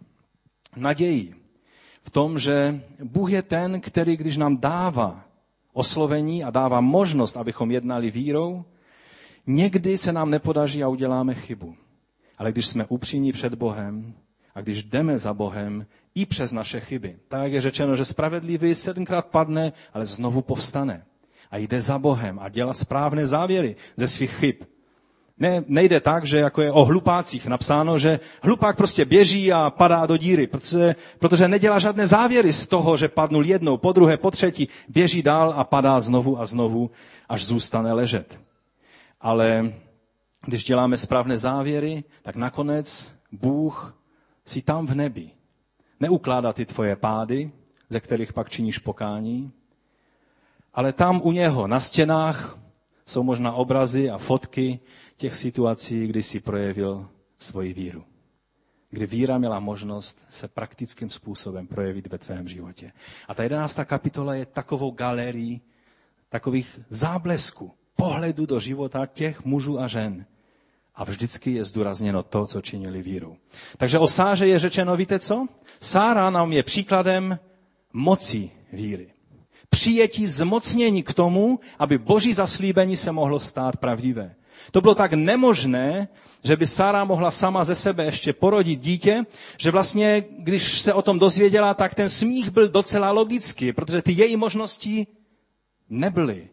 naději v tom, že Bůh je ten, který, když nám dává oslovení a dává možnost, abychom jednali vírou, někdy se nám nepodaří a uděláme chybu. Ale když jsme upřímní před Bohem a když jdeme za Bohem i přes naše chyby, tak je řečeno, že spravedlivý sedmkrát padne, ale znovu povstane. A jde za Bohem a dělá správné závěry ze svých chyb. Ne, nejde tak, že jako je o hlupácích napsáno, že hlupák prostě běží a padá do díry, protože, protože nedělá žádné závěry z toho, že padnul jednou, po druhé, po třetí, běží dál a padá znovu a znovu, až zůstane ležet. Ale když děláme správné závěry, tak nakonec Bůh si tam v nebi neukládá ty tvoje pády, ze kterých pak činíš pokání, ale tam u něho na stěnách jsou možná obrazy a fotky těch situací, kdy si projevil svoji víru. Kdy víra měla možnost se praktickým způsobem projevit ve tvém životě. A ta jedenáctá kapitola je takovou galerií takových záblesků, pohledu do života těch mužů a žen. A vždycky je zdůrazněno to, co činili vírou. Takže o Sáře je řečeno, víte co? Sára nám je příkladem moci víry. Přijetí zmocnění k tomu, aby Boží zaslíbení se mohlo stát pravdivé. To bylo tak nemožné, že by Sára mohla sama ze sebe ještě porodit dítě, že vlastně, když se o tom dozvěděla, tak ten smích byl docela logický, protože ty její možnosti nebyly.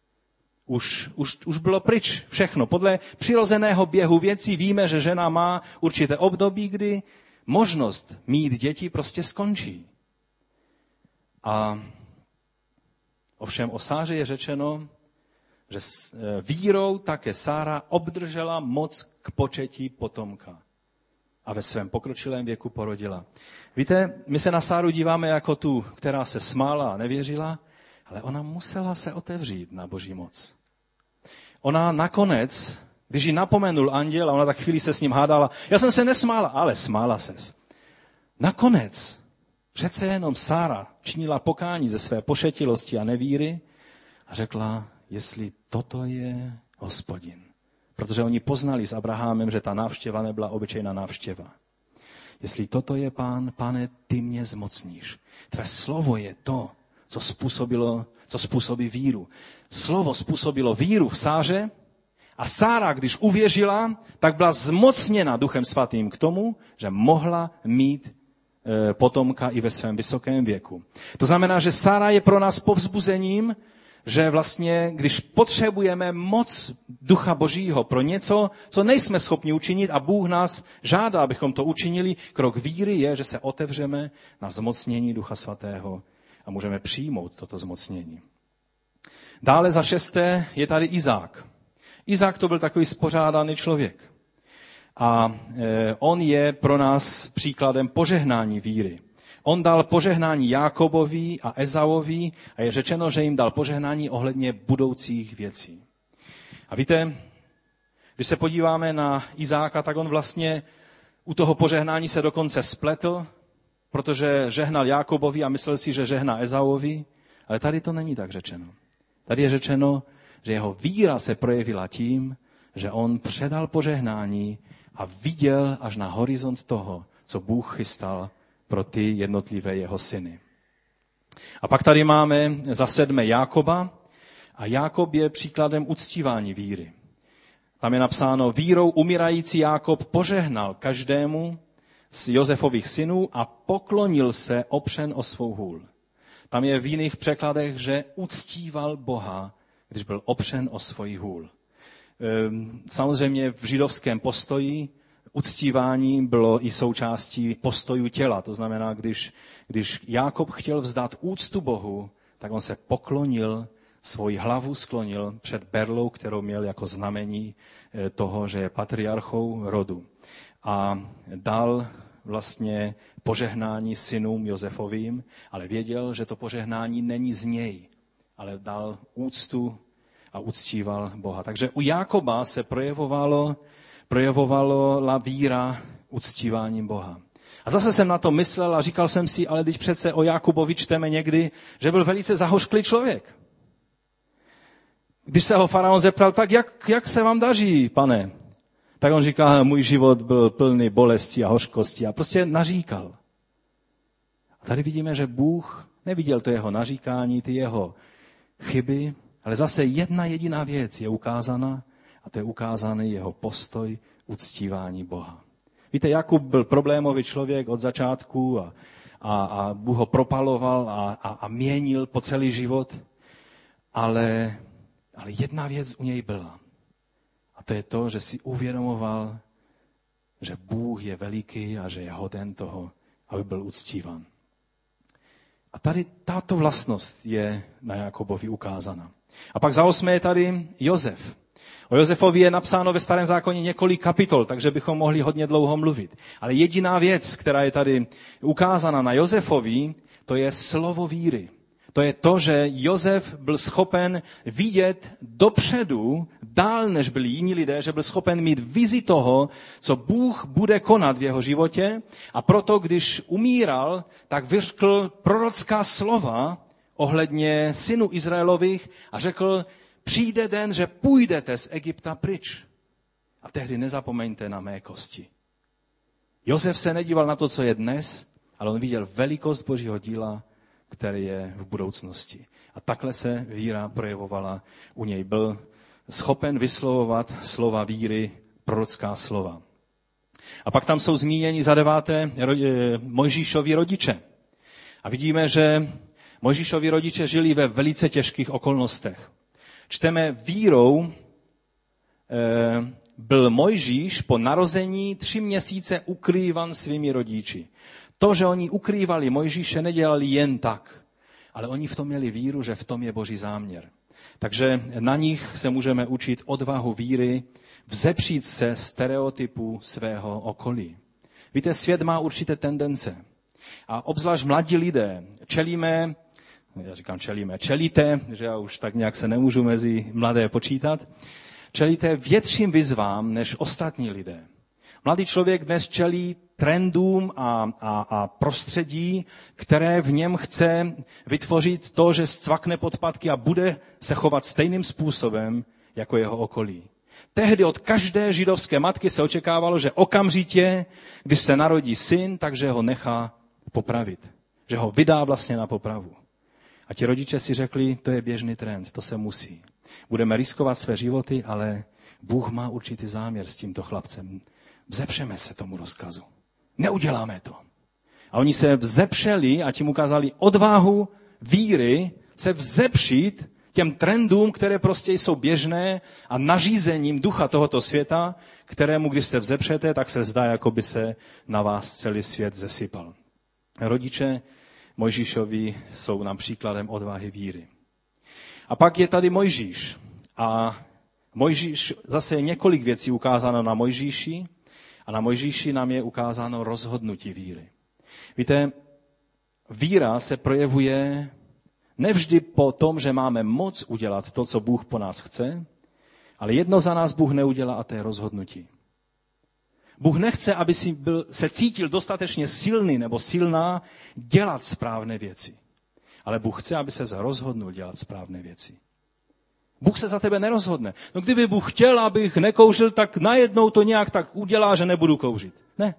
Už, už, už bylo pryč všechno. Podle přirozeného běhu věcí víme, že žena má určité období, kdy možnost mít děti prostě skončí. A ovšem o Sáře je řečeno, že vírou také Sára obdržela moc k početí potomka. A ve svém pokročilém věku porodila. Víte, my se na Sáru díváme jako tu, která se smála a nevěřila, ale ona musela se otevřít na Boží moc. Ona nakonec, když ji napomenul anděl a ona tak chvíli se s ním hádala, já jsem se nesmála, ale smála ses. Nakonec přece jenom Sára činila pokání ze své pošetilosti a nevíry a řekla, jestli toto je Hospodin. Protože oni poznali s Abrahamem, že ta návštěva nebyla obyčejná návštěva. Jestli toto je Pán, Pane, ty mě zmocníš. Tvé slovo je to, co způsobilo, co způsobí víru. Slovo způsobilo víru v Sáře a Sára, když uvěřila, tak byla zmocněna Duchem Svatým k tomu, že mohla mít e, potomka i ve svém vysokém věku. To znamená, že Sára je pro nás povzbuzením, že vlastně, když potřebujeme moc Ducha Božího pro něco, co nejsme schopni učinit a Bůh nás žádá, abychom to učinili, krok víry je, že se otevřeme na zmocnění Ducha Svatého a můžeme přijmout toto zmocnění. Dále za šesté je tady Izák. Izák to byl takový spořádaný člověk. A on je pro nás příkladem požehnání víry. On dal požehnání Jákobovi a Ezauovi a je řečeno, že jim dal požehnání ohledně budoucích věcí. A víte, když se podíváme na Izáka, tak on vlastně u toho požehnání se dokonce spletl, protože žehnal Jákobovi a myslel si, že žehná Ezauovi, ale tady to není tak řečeno. Tady je řečeno, že jeho víra se projevila tím, že on předal požehnání a viděl až na horizont toho, co Bůh chystal pro ty jednotlivé jeho syny. A pak tady máme za sedmé Jákoba a Jákob je příkladem uctívání víry. Tam je napsáno, vírou umírající Jákob požehnal každému z Josefových synů a poklonil se opřen o svou hůl. Tam je v jiných překladech, že uctíval Boha, když byl opřen o svůj hůl. Samozřejmě v židovském postoji uctívání bylo i součástí postojů těla. To znamená, když, když Jákob chtěl vzdát úctu Bohu, tak on se poklonil, svoji hlavu sklonil před berlou, kterou měl jako znamení toho, že je patriarchou rodu. A dal vlastně požehnání synům Josefovým, ale věděl, že to požehnání není z něj, ale dal úctu a uctíval Boha. Takže u Jákoba se projevovalo, projevovalo la víra uctíváním Boha. A zase jsem na to myslel a říkal jsem si, ale teď přece o Jákubovi čteme někdy, že byl velice zahořklý člověk. Když se ho faraon zeptal, tak jak, jak se vám daří, pane? Tak on říká, můj život byl plný bolesti a hořkosti a prostě naříkal. A tady vidíme, že Bůh neviděl to jeho naříkání, ty jeho chyby, ale zase jedna jediná věc je ukázána a to je ukázaný jeho postoj uctívání Boha. Víte, Jakub byl problémový člověk od začátku a, a, a Bůh ho propaloval a, a, a měnil po celý život, ale, ale jedna věc u něj byla. A to je to, že si uvědomoval, že Bůh je veliký a že je hoden toho, aby byl uctívan. A tady tato vlastnost je na Jakobovi ukázána. A pak za osmé je tady Josef. O Josefovi je napsáno ve Starém zákoně několik kapitol, takže bychom mohli hodně dlouho mluvit. Ale jediná věc, která je tady ukázána na Josefovi, to je slovo víry. To je to, že Josef byl schopen vidět dopředu, dál než byli jiní lidé, že byl schopen mít vizi toho, co Bůh bude konat v jeho životě. A proto, když umíral, tak vyřkl prorocká slova ohledně synů Izraelových a řekl, přijde den, že půjdete z Egypta pryč. A tehdy nezapomeňte na mé kosti. Josef se nedíval na to, co je dnes, ale on viděl velikost Božího díla, který je v budoucnosti. A takhle se víra projevovala u něj. Byl schopen vyslovovat slova víry, prorocká slova. A pak tam jsou zmíněni za deváté Mojžíšovi rodiče. A vidíme, že Mojžíšovi rodiče žili ve velice těžkých okolnostech. Čteme vírou, byl Mojžíš po narození tři měsíce ukrývan svými rodiči. To, že oni ukrývali Mojžíše, nedělali jen tak, ale oni v tom měli víru, že v tom je Boží záměr. Takže na nich se můžeme učit odvahu víry, vzepřít se stereotypů svého okolí. Víte, svět má určité tendence. A obzvlášť mladí lidé čelíme, já říkám čelíme, čelíte, že já už tak nějak se nemůžu mezi mladé počítat, čelíte větším výzvám než ostatní lidé. Mladý člověk dnes čelí trendům a, a, a prostředí, které v něm chce vytvořit to, že zcvakne podpatky a bude se chovat stejným způsobem jako jeho okolí. Tehdy od každé židovské matky se očekávalo, že okamžitě, když se narodí syn, takže ho nechá popravit. Že ho vydá vlastně na popravu. A ti rodiče si řekli, to je běžný trend, to se musí. Budeme riskovat své životy, ale Bůh má určitý záměr s tímto chlapcem. Vzepřeme se tomu rozkazu. Neuděláme to. A oni se vzepřeli a tím ukázali odvahu víry se vzepřít těm trendům, které prostě jsou běžné a nařízením ducha tohoto světa, kterému, když se vzepřete, tak se zdá, jako by se na vás celý svět zesypal. Rodiče Mojžíšovi jsou nám příkladem odvahy víry. A pak je tady Mojžíš. A Mojžíš, zase je několik věcí ukázáno na Mojžíši a na Mojžíši nám je ukázáno rozhodnutí víry. Víte, víra se projevuje nevždy po tom, že máme moc udělat to, co Bůh po nás chce, ale jedno za nás Bůh neudělá a to je rozhodnutí. Bůh nechce, aby si byl, se cítil dostatečně silný nebo silná dělat správné věci. Ale Bůh chce, aby se rozhodnul dělat správné věci. Bůh se za tebe nerozhodne. No kdyby Bůh chtěl, abych nekouřil, tak najednou to nějak tak udělá, že nebudu kouřit. Ne.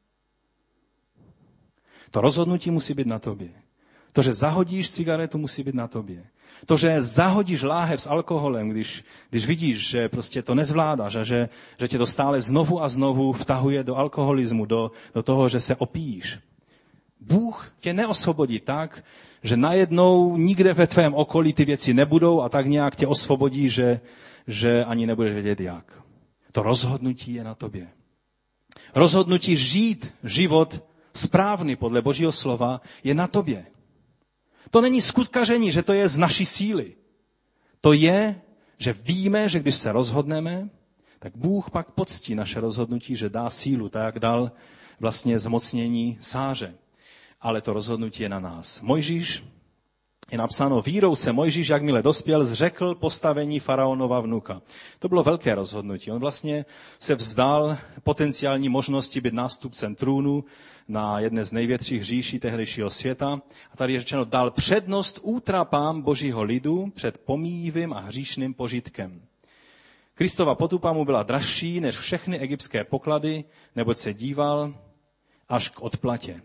To rozhodnutí musí být na tobě. To, že zahodíš cigaretu, musí být na tobě. To, že zahodíš láhev s alkoholem, když, když vidíš, že prostě to nezvládáš a že, že tě to stále znovu a znovu vtahuje do alkoholismu, do, do toho, že se opíjíš. Bůh tě neosvobodí tak, že najednou nikde ve tvém okolí ty věci nebudou a tak nějak tě osvobodí, že, že ani nebudeš vědět jak. To rozhodnutí je na tobě. Rozhodnutí žít život správný podle Božího slova je na tobě. To není skutkaření, že to je z naší síly. To je, že víme, že když se rozhodneme, tak Bůh pak poctí naše rozhodnutí, že dá sílu, tak jak dal vlastně zmocnění Sáře. Ale to rozhodnutí je na nás. Mojžíš, je napsáno, vírou se Mojžíš, jakmile dospěl, zřekl postavení faraonova vnuka. To bylo velké rozhodnutí. On vlastně se vzdal potenciální možnosti být nástupcem trůnu na jedné z největších říší tehdejšího světa. A tady je řečeno, dal přednost útrapám Božího lidu před pomíjivým a hříšným požitkem. Kristova potupa mu byla dražší než všechny egyptské poklady, neboť se díval až k odplatě.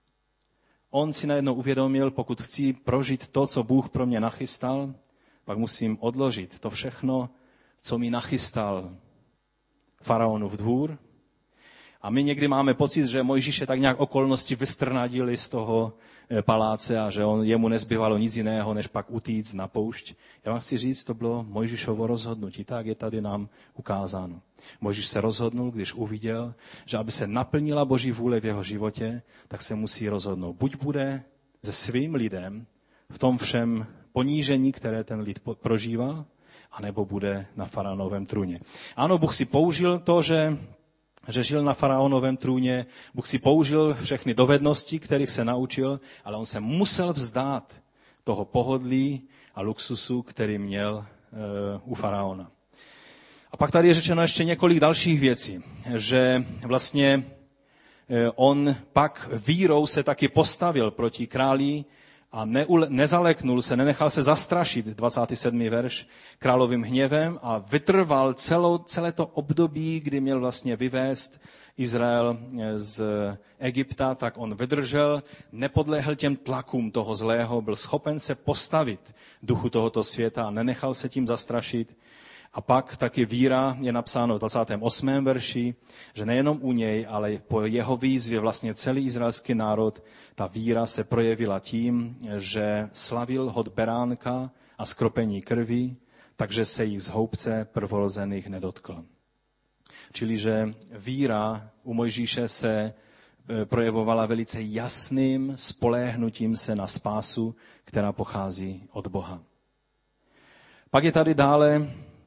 On si najednou uvědomil, pokud chci prožít to, co Bůh pro mě nachystal, pak musím odložit to všechno, co mi nachystal faraonův dvůr. A my někdy máme pocit, že Mojžíše tak nějak okolnosti vystrnadili z toho paláce a že on, jemu nezbývalo nic jiného, než pak utíct na poušť. Já vám chci říct, to bylo Mojžíšovo rozhodnutí, tak je tady nám ukázáno. Mojžíš se rozhodnul, když uviděl, že aby se naplnila Boží vůle v jeho životě, tak se musí rozhodnout. Buď bude se svým lidem v tom všem ponížení, které ten lid prožíval, anebo bude na faraonovém trůně. Ano, Bůh si použil to, že že žil na faraonovém trůně, Bůh si použil všechny dovednosti, kterých se naučil, ale on se musel vzdát toho pohodlí a luxusu, který měl e, u faraona. A pak tady je řečeno ještě několik dalších věcí, že vlastně e, on pak vírou se taky postavil proti králi a neule, nezaleknul se, nenechal se zastrašit, dvacátý sedmý verš, královým hněvem a vytrval celou, celé to období, kdy měl vlastně vyvést Izrael z Egypta, tak on vydržel, nepodlehl těm tlakům toho zlého, byl schopen se postavit duchu tohoto světa a nenechal se tím zastrašit. A pak taky víra je napsáno v dvacátém osmém verši, že nejenom u něj, ale po jeho výzvě vlastně celý izraelský národ, ta víra se projevila tím, že slavil hod beránka a skropení krvi, takže se jich z houbce prvorozených nedotkl. Čili, že víra u Mojžíše se projevovala velice jasným spoléhnutím se na spásu, která pochází od Boha. Pak je tady dále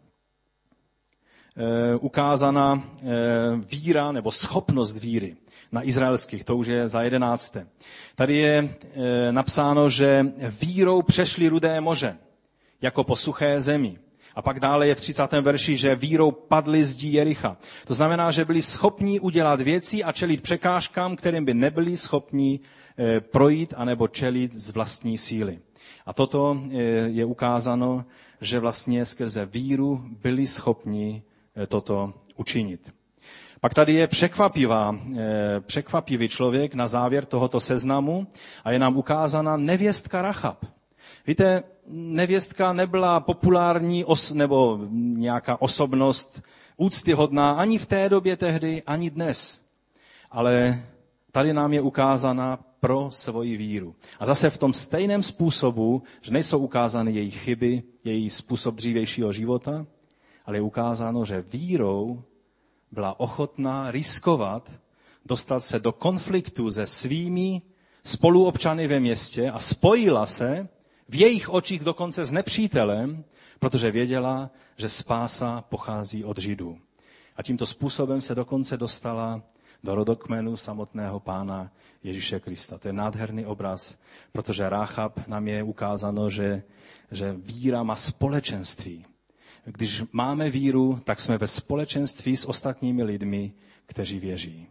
ukázána víra nebo schopnost víry na izraelských, to už je za jedenácté. Tady je napsáno, že vírou přešli Rudé moře, jako po suché zemi. A pak dále je v třicátém verši, že vírou padli zdi Jericha. To znamená, že byli schopni udělat věci a čelit překážkám, kterým by nebyli schopni projít anebo čelit z vlastní síly. A toto je ukázáno, že vlastně skrze víru byli schopni toto učinit. Pak tady je překvapivá, překvapivý člověk na závěr tohoto seznamu a je nám ukázána nevěstka Rachab. Víte, nevěstka nebyla populární os, nebo nějaká osobnost úctyhodná ani v té době tehdy, ani dnes. Ale tady nám je ukázána pro svoji víru. A zase v tom stejném způsobu, že nejsou ukázány její chyby, její způsob dřívějšího života, ale je ukázáno, že vírou byla ochotná riskovat, dostat se do konfliktu se svými spoluobčany ve městě a spojila se v jejich očích dokonce s nepřítelem, protože věděla, že spása pochází od Židů. A tímto způsobem se dokonce dostala do rodokmenu samotného Pána Ježíše Krista. To je nádherný obraz, protože Ráchab nám je ukázáno, že, že víra má společenství. Když máme víru, tak jsme ve společenství s ostatními lidmi, kteří věří.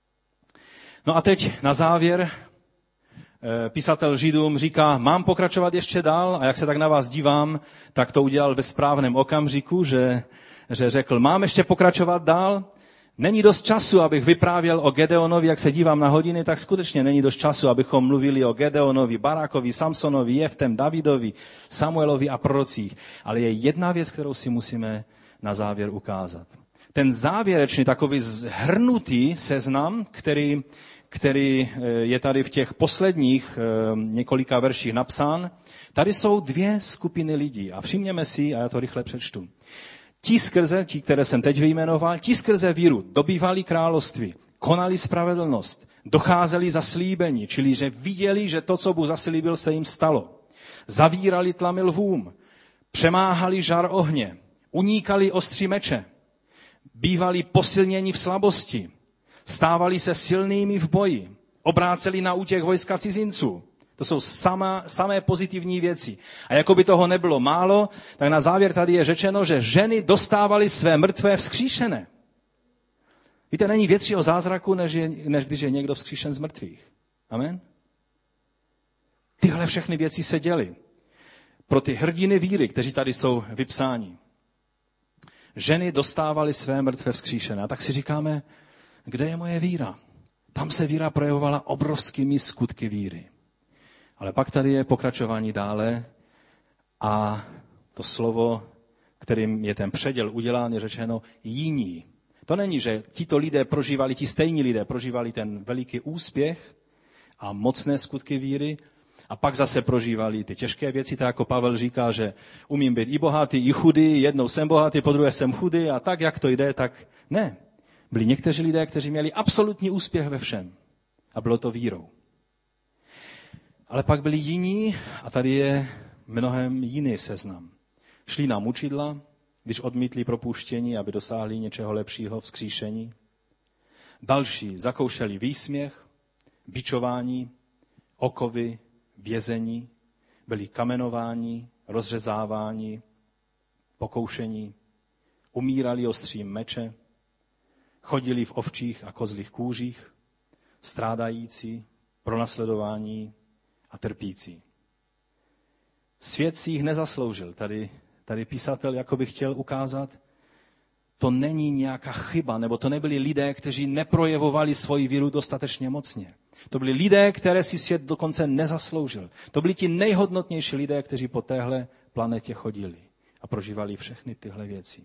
No a teď na závěr písatel Židům říká, mám pokračovat ještě dál a jak se tak na vás dívám, tak to udělal ve správném okamžiku, že, že řekl, mám ještě pokračovat dál. Není dost času, abych vyprávěl o Gedeonovi, jak se dívám na hodiny, tak skutečně není dost času, abychom mluvili o Gedeonovi, Barákovi, Samsonovi, Jeftem, Davidovi, Samuelovi a prorocích. Ale je jedna věc, kterou si musíme na závěr ukázat. Ten závěrečný takový zhrnutý seznam, který, který je tady v těch posledních několika verších napsán, tady jsou dvě skupiny lidí. A všimněme si, a já to rychle přečtu. Ti skrze, ti, které jsem teď vyjmenoval, ti skrze víru dobývali království, konali spravedlnost, docházeli zaslíbení, čili že viděli, že to, co Bůh zaslíbil, se jim stalo. Zavírali tlamy lvům, přemáhali žar ohně, unikali ostří meče, bývali posilněni v slabosti, stávali se silnými v boji, obráceli na útěk vojska cizinců. To jsou sama, samé pozitivní věci. A jako by toho nebylo málo, tak na závěr tady je řečeno, že ženy dostávaly své mrtvé vzkříšené. Víte, není většího zázraku, než, je, než když je někdo vzkříšen z mrtvých. Amen? Tyhle všechny věci se děly pro ty hrdiny víry, kteří tady jsou vypsáni. Ženy dostávaly své mrtvé vzkříšené. A tak si říkáme, kde je moje víra? Tam se víra projevovala obrovskými skutky víry. Ale pak tady je pokračování dále a to slovo, kterým je ten předěl udělán, je řečeno jiní. To není, že tito lidé prožívali, ti stejní lidé prožívali ten veliký úspěch a mocné skutky víry a pak zase prožívali ty těžké věci, tak jako Pavel říká, že umím být i bohatý, i chudý, jednou jsem bohatý, po druhé jsem chudý a tak, jak to jde, tak ne. Byli někteří lidé, kteří měli absolutní úspěch ve všem a bylo to vírou. Ale pak byli jiní a tady je mnohem jiný seznam. Šli na mučidla, když odmítli propuštění, aby dosáhli něčeho lepšího, vzkříšení. Další zakoušeli výsměch, bičování, okovy, vězení, byli kamenováni, rozřezáváni, pokoušení, umírali ostřím meče, chodili v ovčích a kozlích kůžích, strádající, pronásledování a trpící. Svět si jich nezasloužil. Tady, tady písatel jakoby chtěl ukázat, to není nějaká chyba, nebo to nebyli lidé, kteří neprojevovali svoji víru dostatečně mocně. To byli lidé, které si svět dokonce nezasloužil. To byli ti nejhodnotnější lidé, kteří po téhle planetě chodili a prožívali všechny tyhle věci.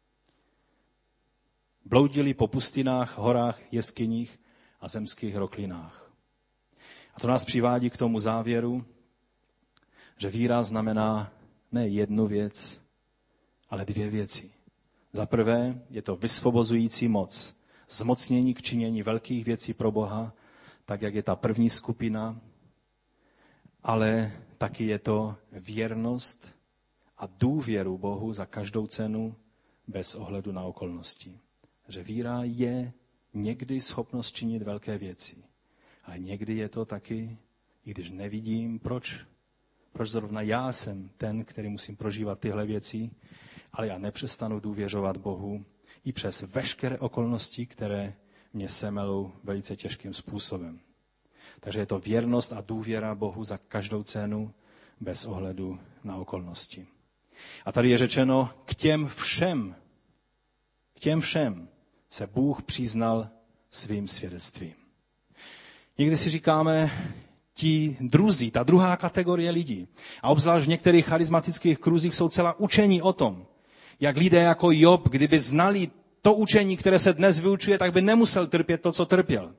Bloudili po pustinách, horách, jeskyních a zemských roklinách. A to nás přivádí k tomu závěru, že víra znamená ne jednu věc, ale dvě věci. Za prvé je to vysvobozující moc, zmocnění k činění velkých věcí pro Boha, tak jak je ta první skupina, ale taky je to věrnost a důvěru Bohu za každou cenu bez ohledu na okolnosti. Že víra je někdy schopnost činit velké věci, ale někdy je to taky, i když nevidím, proč, proč zrovna já jsem ten, který musím prožívat tyhle věci, ale já nepřestanu důvěřovat Bohu i přes veškeré okolnosti, které mě semelou velice těžkým způsobem. Takže je to věrnost a důvěra Bohu za každou cenu bez ohledu na okolnosti. A tady je řečeno, k těm všem, k těm všem se Bůh přiznal svým svědectvím. Někdy si říkáme, ti druzí, ta druhá kategorie lidí, a obzvlášť v některých charismatických kruzích jsou celá učení o tom, jak lidé jako Job, kdyby znali to učení, které se dnes vyučuje, tak by nemusel trpět to, co trpěl.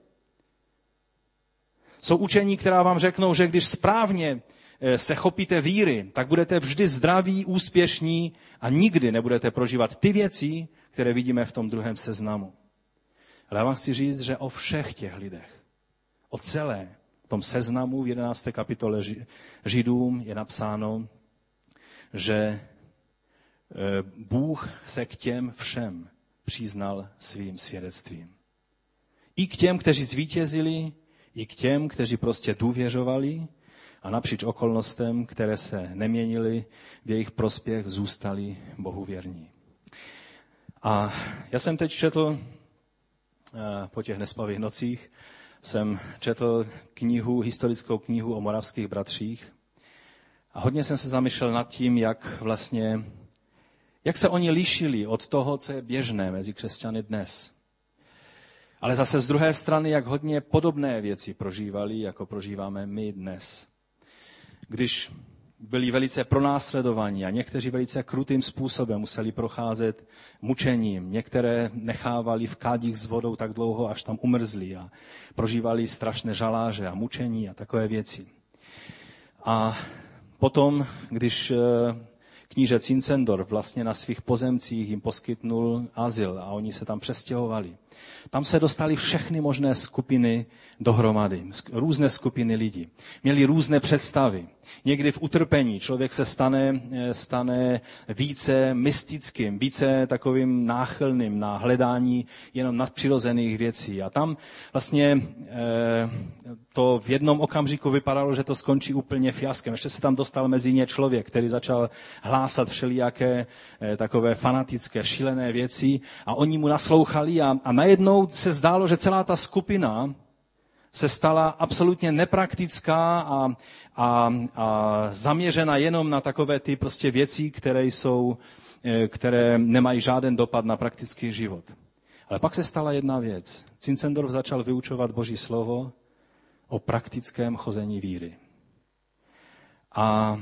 Jsou učení, která vám řeknou, že když správně se chopíte víry, tak budete vždy zdraví, úspěšní a nikdy nebudete prožívat ty věci, které vidíme v tom druhém seznamu. Ale já vám chci říct, že o všech těch lidech, o celé tom seznamu v jedenácté kapitole Židům je napsáno, že Bůh se k těm všem přiznal svým svědectvím. I k těm, kteří zvítězili, i k těm, kteří prostě důvěřovali a napříč okolnostem, které se neměnily, v jejich prospěch zůstali Bohu věrní. A já jsem teď četl, po těch nespavých nocích, jsem četl knihu, historickou knihu o moravských bratřích a hodně jsem se zamýšlel nad tím, jak vlastně, jak se oni lišili od toho, co je běžné mezi křesťany dnes. Ale zase z druhé strany, jak hodně podobné věci prožívali, jako prožíváme my dnes. Když byli velice pronásledovaní a někteří velice krutým způsobem museli procházet mučením. Některé nechávali v kádích s vodou tak dlouho, až tam umrzli a prožívali strašné žaláře a mučení a takové věci. A potom, když kníže Zinzendorf vlastně na svých pozemcích jim poskytnul azyl a oni se tam přestěhovali, tam se dostali všechny možné skupiny dohromady, různé skupiny lidí. Měli různé představy. Někdy v utrpení člověk se stane, stane více mystickým, více takovým náchylným na hledání jenom nadpřirozených věcí. A tam vlastně to v jednom okamžiku vypadalo, že to skončí úplně fiaskem. Ještě se tam dostal mezi ně člověk, který začal hlásat všelijaké takové fanatické, šílené věci a oni mu naslouchali a, a najednou se zdálo, že celá ta skupina se stala absolutně nepraktická a, a, a zaměřena jenom na takové ty prostě věci, které jsou, které nemají žádný dopad na praktický život. Ale pak se stala jedna věc. Zinzendorf začal vyučovat Boží slovo o praktickém chození víry. A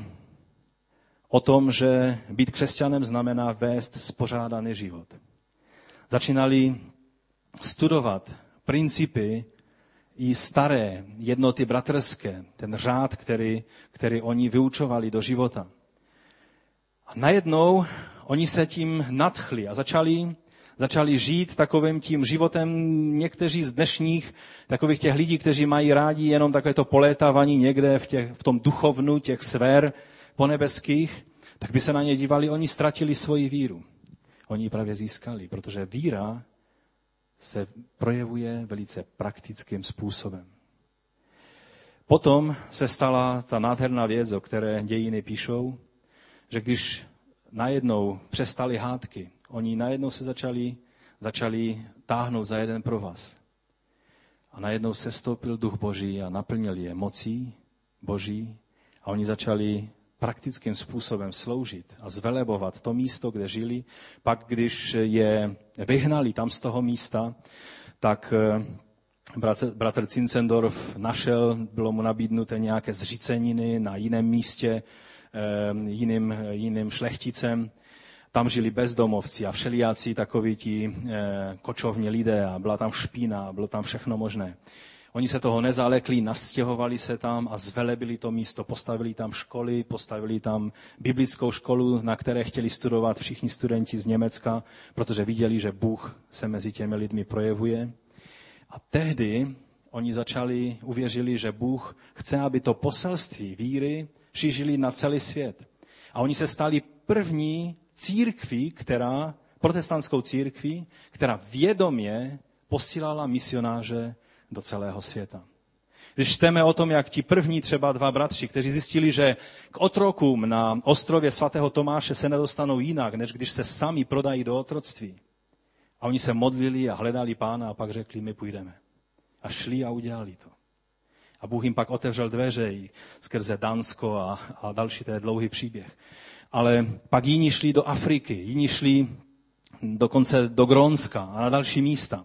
o tom, že být křesťanem znamená vést spořádaný život. Začínali studovat principy i staré jednoty bratrské, ten řád, který, který oni vyučovali do života. A najednou oni se tím nadchli a začali, začali žít takovým tím životem někteří z dnešních takových těch lidí, kteří mají rádi jenom takové to polétávání někde v, těch, v tom duchovnu těch sfér ponebeských, tak by se na ně dívali, oni ztratili svoji víru. Oni ji právě získali, protože víra se projevuje velice praktickým způsobem. Potom se stala ta nádherná věc, o které dějiny píšou, že když najednou přestali hádky, oni najednou se začali, začali táhnout za jeden provaz. A najednou se vstoupil Duch Boží a naplnil je mocí Boží a oni začali praktickým způsobem sloužit a zvelebovat to místo, kde žili. Pak, když je vyhnali tam z toho místa, tak bratr Zinzendorf našel, bylo mu nabídnuté nějaké zříceniny na jiném místě, jiným, jiným šlechticem. Tam žili bezdomovci a všelijací takoví ti kočovní lidé a byla tam špína, bylo tam všechno možné. Oni se toho nezalekli, nastěhovali se tam a zvelebili to místo, postavili tam školy, postavili tam biblickou školu, na které chtěli studovat všichni studenti z Německa, protože viděli, že Bůh se mezi těmi lidmi projevuje. A tehdy oni začali, uvěřili, že Bůh chce, aby to poselství víry šířili na celý svět. A oni se stali první církví, která, protestantskou církví, která vědomě posílala misionáře do celého světa. Když čteme o tom, jak ti první třeba dva bratři, kteří zjistili, že k otrokům na ostrově svatého Tomáše se nedostanou jinak, než když se sami prodají do otroctví. A oni se modlili a hledali Pána a pak řekli, my půjdeme. A šli a udělali to. A Bůh jim pak otevřel dveře skrze Dánsko a, a další, to je dlouhý příběh. Ale pak jiní šli do Afriky, jiní šli dokonce do Grónska a na další místa.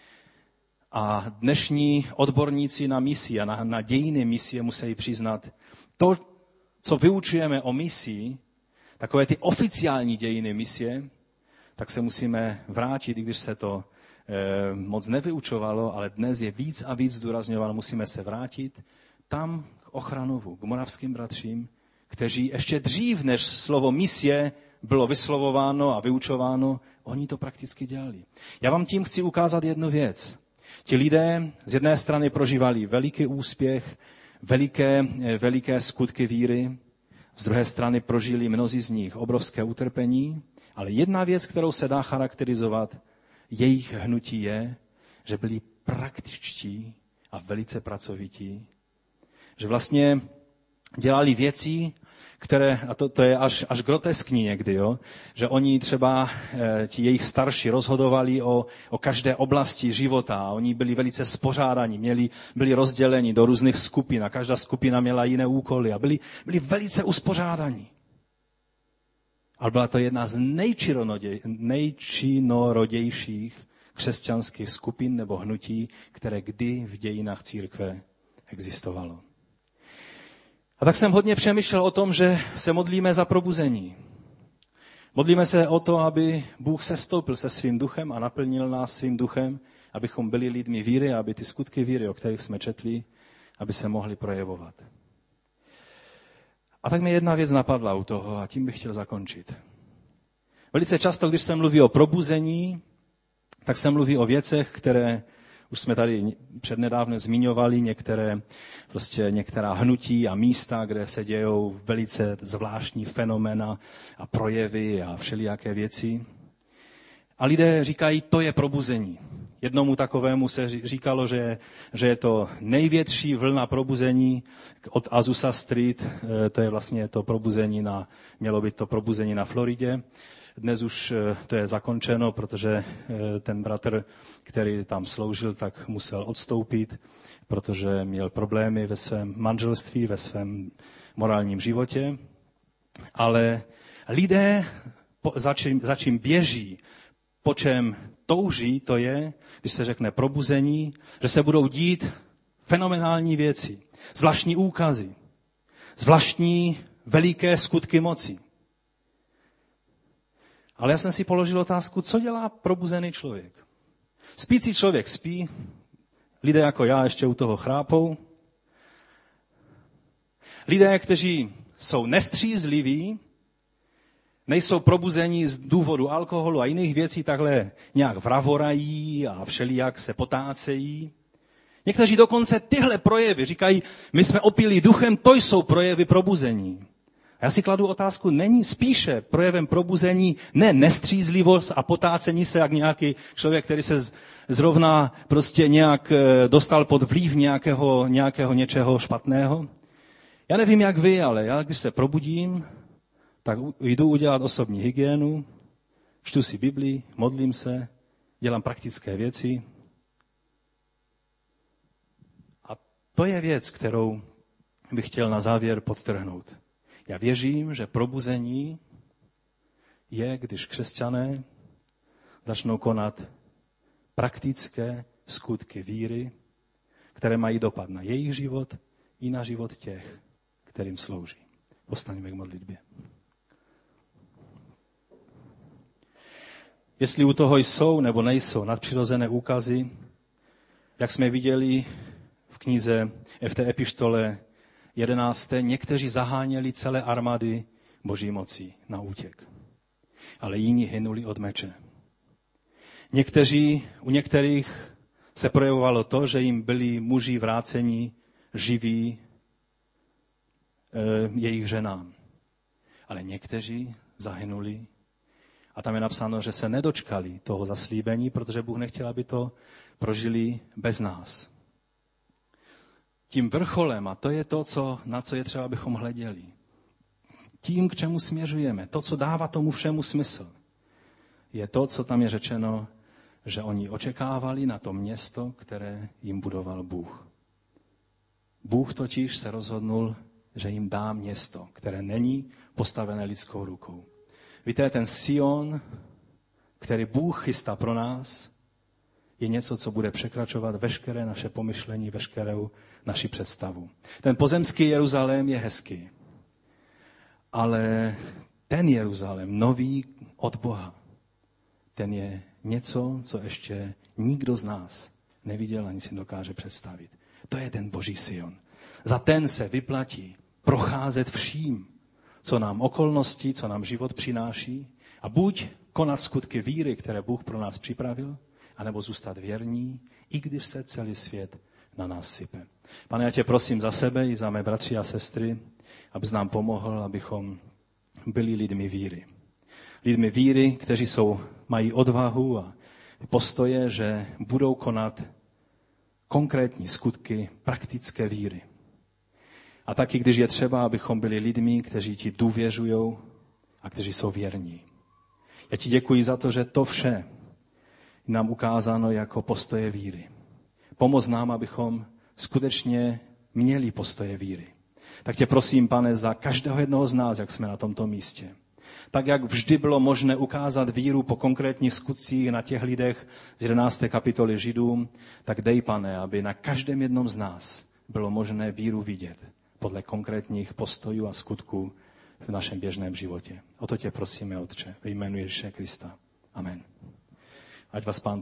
A dnešní odborníci na misi a na, na dějiny misie musí přiznat, to, co vyučujeme o misii, takové ty oficiální dějiny misie, tak se musíme vrátit, i když se to e, moc nevyučovalo, ale dnes je víc a víc zdůrazňováno, musíme se vrátit tam k Ochranovu, k moravským bratřím, kteří ještě dřív, než slovo misie bylo vyslovováno a vyučováno, oni to prakticky dělali. Já vám tím chci ukázat jednu věc. Ti lidé z jedné strany prožívali veliký úspěch, veliké, veliké skutky víry, z druhé strany prožili mnozí z nich obrovské utrpení, ale jedna věc, kterou se dá charakterizovat, jejich hnutí je, že byli praktičtí a velice pracovití, že vlastně dělali věci, které, a to, to je až, až groteskní někdy, jo? Že oni třeba, e, ti jejich starší, rozhodovali o, o každé oblasti života a oni byli velice spořádaní, měli, byli rozděleni do různých skupin a každá skupina měla jiné úkoly a byli, byli velice uspořádaní. Ale byla to jedna z nejčinorodějších křesťanských skupin nebo hnutí, které kdy v dějinách církve existovalo. A tak jsem hodně přemýšlel o tom, že se modlíme za probuzení. Modlíme se o to, aby Bůh sestoupil se svým duchem a naplnil nás svým duchem, abychom byli lidmi víry a aby ty skutky víry, o kterých jsme četli, aby se mohly projevovat. A tak mi jedna věc napadla u toho a tím bych chtěl zakončit. Velice často, když se mluví o probuzení, tak se mluví o věcech, které už jsme tady přednedávnem zmiňovali, některé, prostě některá hnutí a místa, kde se dějou velice zvláštní fenomena a projevy a všelijaké věci. A lidé říkají, to je probuzení. Jednomu takovému se říkalo, že, že je to největší vlna probuzení od Azusa Street, to je vlastně to probuzení na, mělo být to probuzení na Floridě. Dnes už to je zakončeno, protože ten bratr, který tam sloužil, tak musel odstoupit, protože měl problémy ve svém manželství, ve svém morálním životě. Ale lidé, za čím, za čím běží, po čem touží, to je, když se řekne probuzení, že se budou dít fenomenální věci, zvláštní úkazy, zvláštní veliké skutky moci. Ale já jsem si položil otázku, co dělá probuzený člověk. Spící člověk spí, lidé jako já ještě u toho chrápou. Lidé, kteří jsou nestřízliví, nejsou probuzení z důvodu alkoholu a jiných věcí, takhle nějak vravorají a všelijak se potácejí. Někteří dokonce tyhle projevy říkají, my jsme opili duchem, to jsou projevy probuzení. A já si kladu otázku, není spíše projevem probuzení ne nestřízlivost a potácení se jak nějaký člověk, který se zrovna prostě nějak dostal pod vliv nějakého, nějakého něčeho špatného? Já nevím, jak vy, ale já, když se probudím, tak jdu udělat osobní hygienu, čtu si Biblii, modlím se, dělám praktické věci. A to je věc, kterou bych chtěl na závěr podtrhnout. Já věřím, že probuzení je, když křesťané začnou konat praktické skutky víry, které mají dopad na jejich život i na život těch, kterým slouží. Povstaňme k modlitbě. Jestli u toho jsou nebo nejsou nadpřirozené úkazy, jak jsme viděli v knize, v té epištole jedenácté, někteří zaháněli celé armády Boží moci na útěk. Ale jiní hynuli od meče. Někteří, u některých se projevovalo to, že jim byli muži vráceni živí e, jejich ženám. Ale někteří zahynuli a tam je napsáno, že se nedočkali toho zaslíbení, protože Bůh nechtěl, aby to prožili bez nás. Tím vrcholem, a to je to, co, na co je třeba, abychom hleděli, tím, k čemu směřujeme, to, co dává tomu všemu smysl, je to, co tam je řečeno, že oni očekávali na to město, které jim budoval Bůh. Bůh totiž se rozhodnul, že jim dá město, které není postavené lidskou rukou. Víte, ten Sion, který Bůh chystá pro nás, je něco, co bude překračovat veškeré naše pomyšlení, veškerou naši představu. Ten pozemský Jeruzalém je hezký, ale ten Jeruzalém, nový od Boha, ten je něco, co ještě nikdo z nás neviděl ani si dokáže představit. To je ten Boží Sion. Za ten se vyplatí procházet vším, co nám okolnosti, co nám život přináší, a buď konat skutky víry, které Bůh pro nás připravil, anebo zůstat věrní, i když se celý svět na nás sype. Pane, já tě prosím za sebe i za mé bratři a sestry, abys nám pomohl, abychom byli lidmi víry. Lidmi víry, kteří jsou, mají odvahu a postoje, že budou konat konkrétní skutky praktické víry. A taky, když je třeba, abychom byli lidmi, kteří ti důvěřují a kteří jsou věrní. Já ti děkuji za to, že to vše nám ukázáno jako postoje víry. Pomoz nám, abychom skutečně měli postoje víry. Tak tě prosím, Pane, za každého jednoho z nás, jak jsme na tomto místě. Tak, jak vždy bylo možné ukázat víru po konkrétních skutcích na těch lidech z jedenácté kapitoly Židům, tak dej, Pane, aby na každém jednom z nás bylo možné víru vidět podle konkrétních postojů a skutků v našem běžném životě. O to tě prosíme, Otče, ve jménu Ježíše Krista. Amen. Ať vás Pán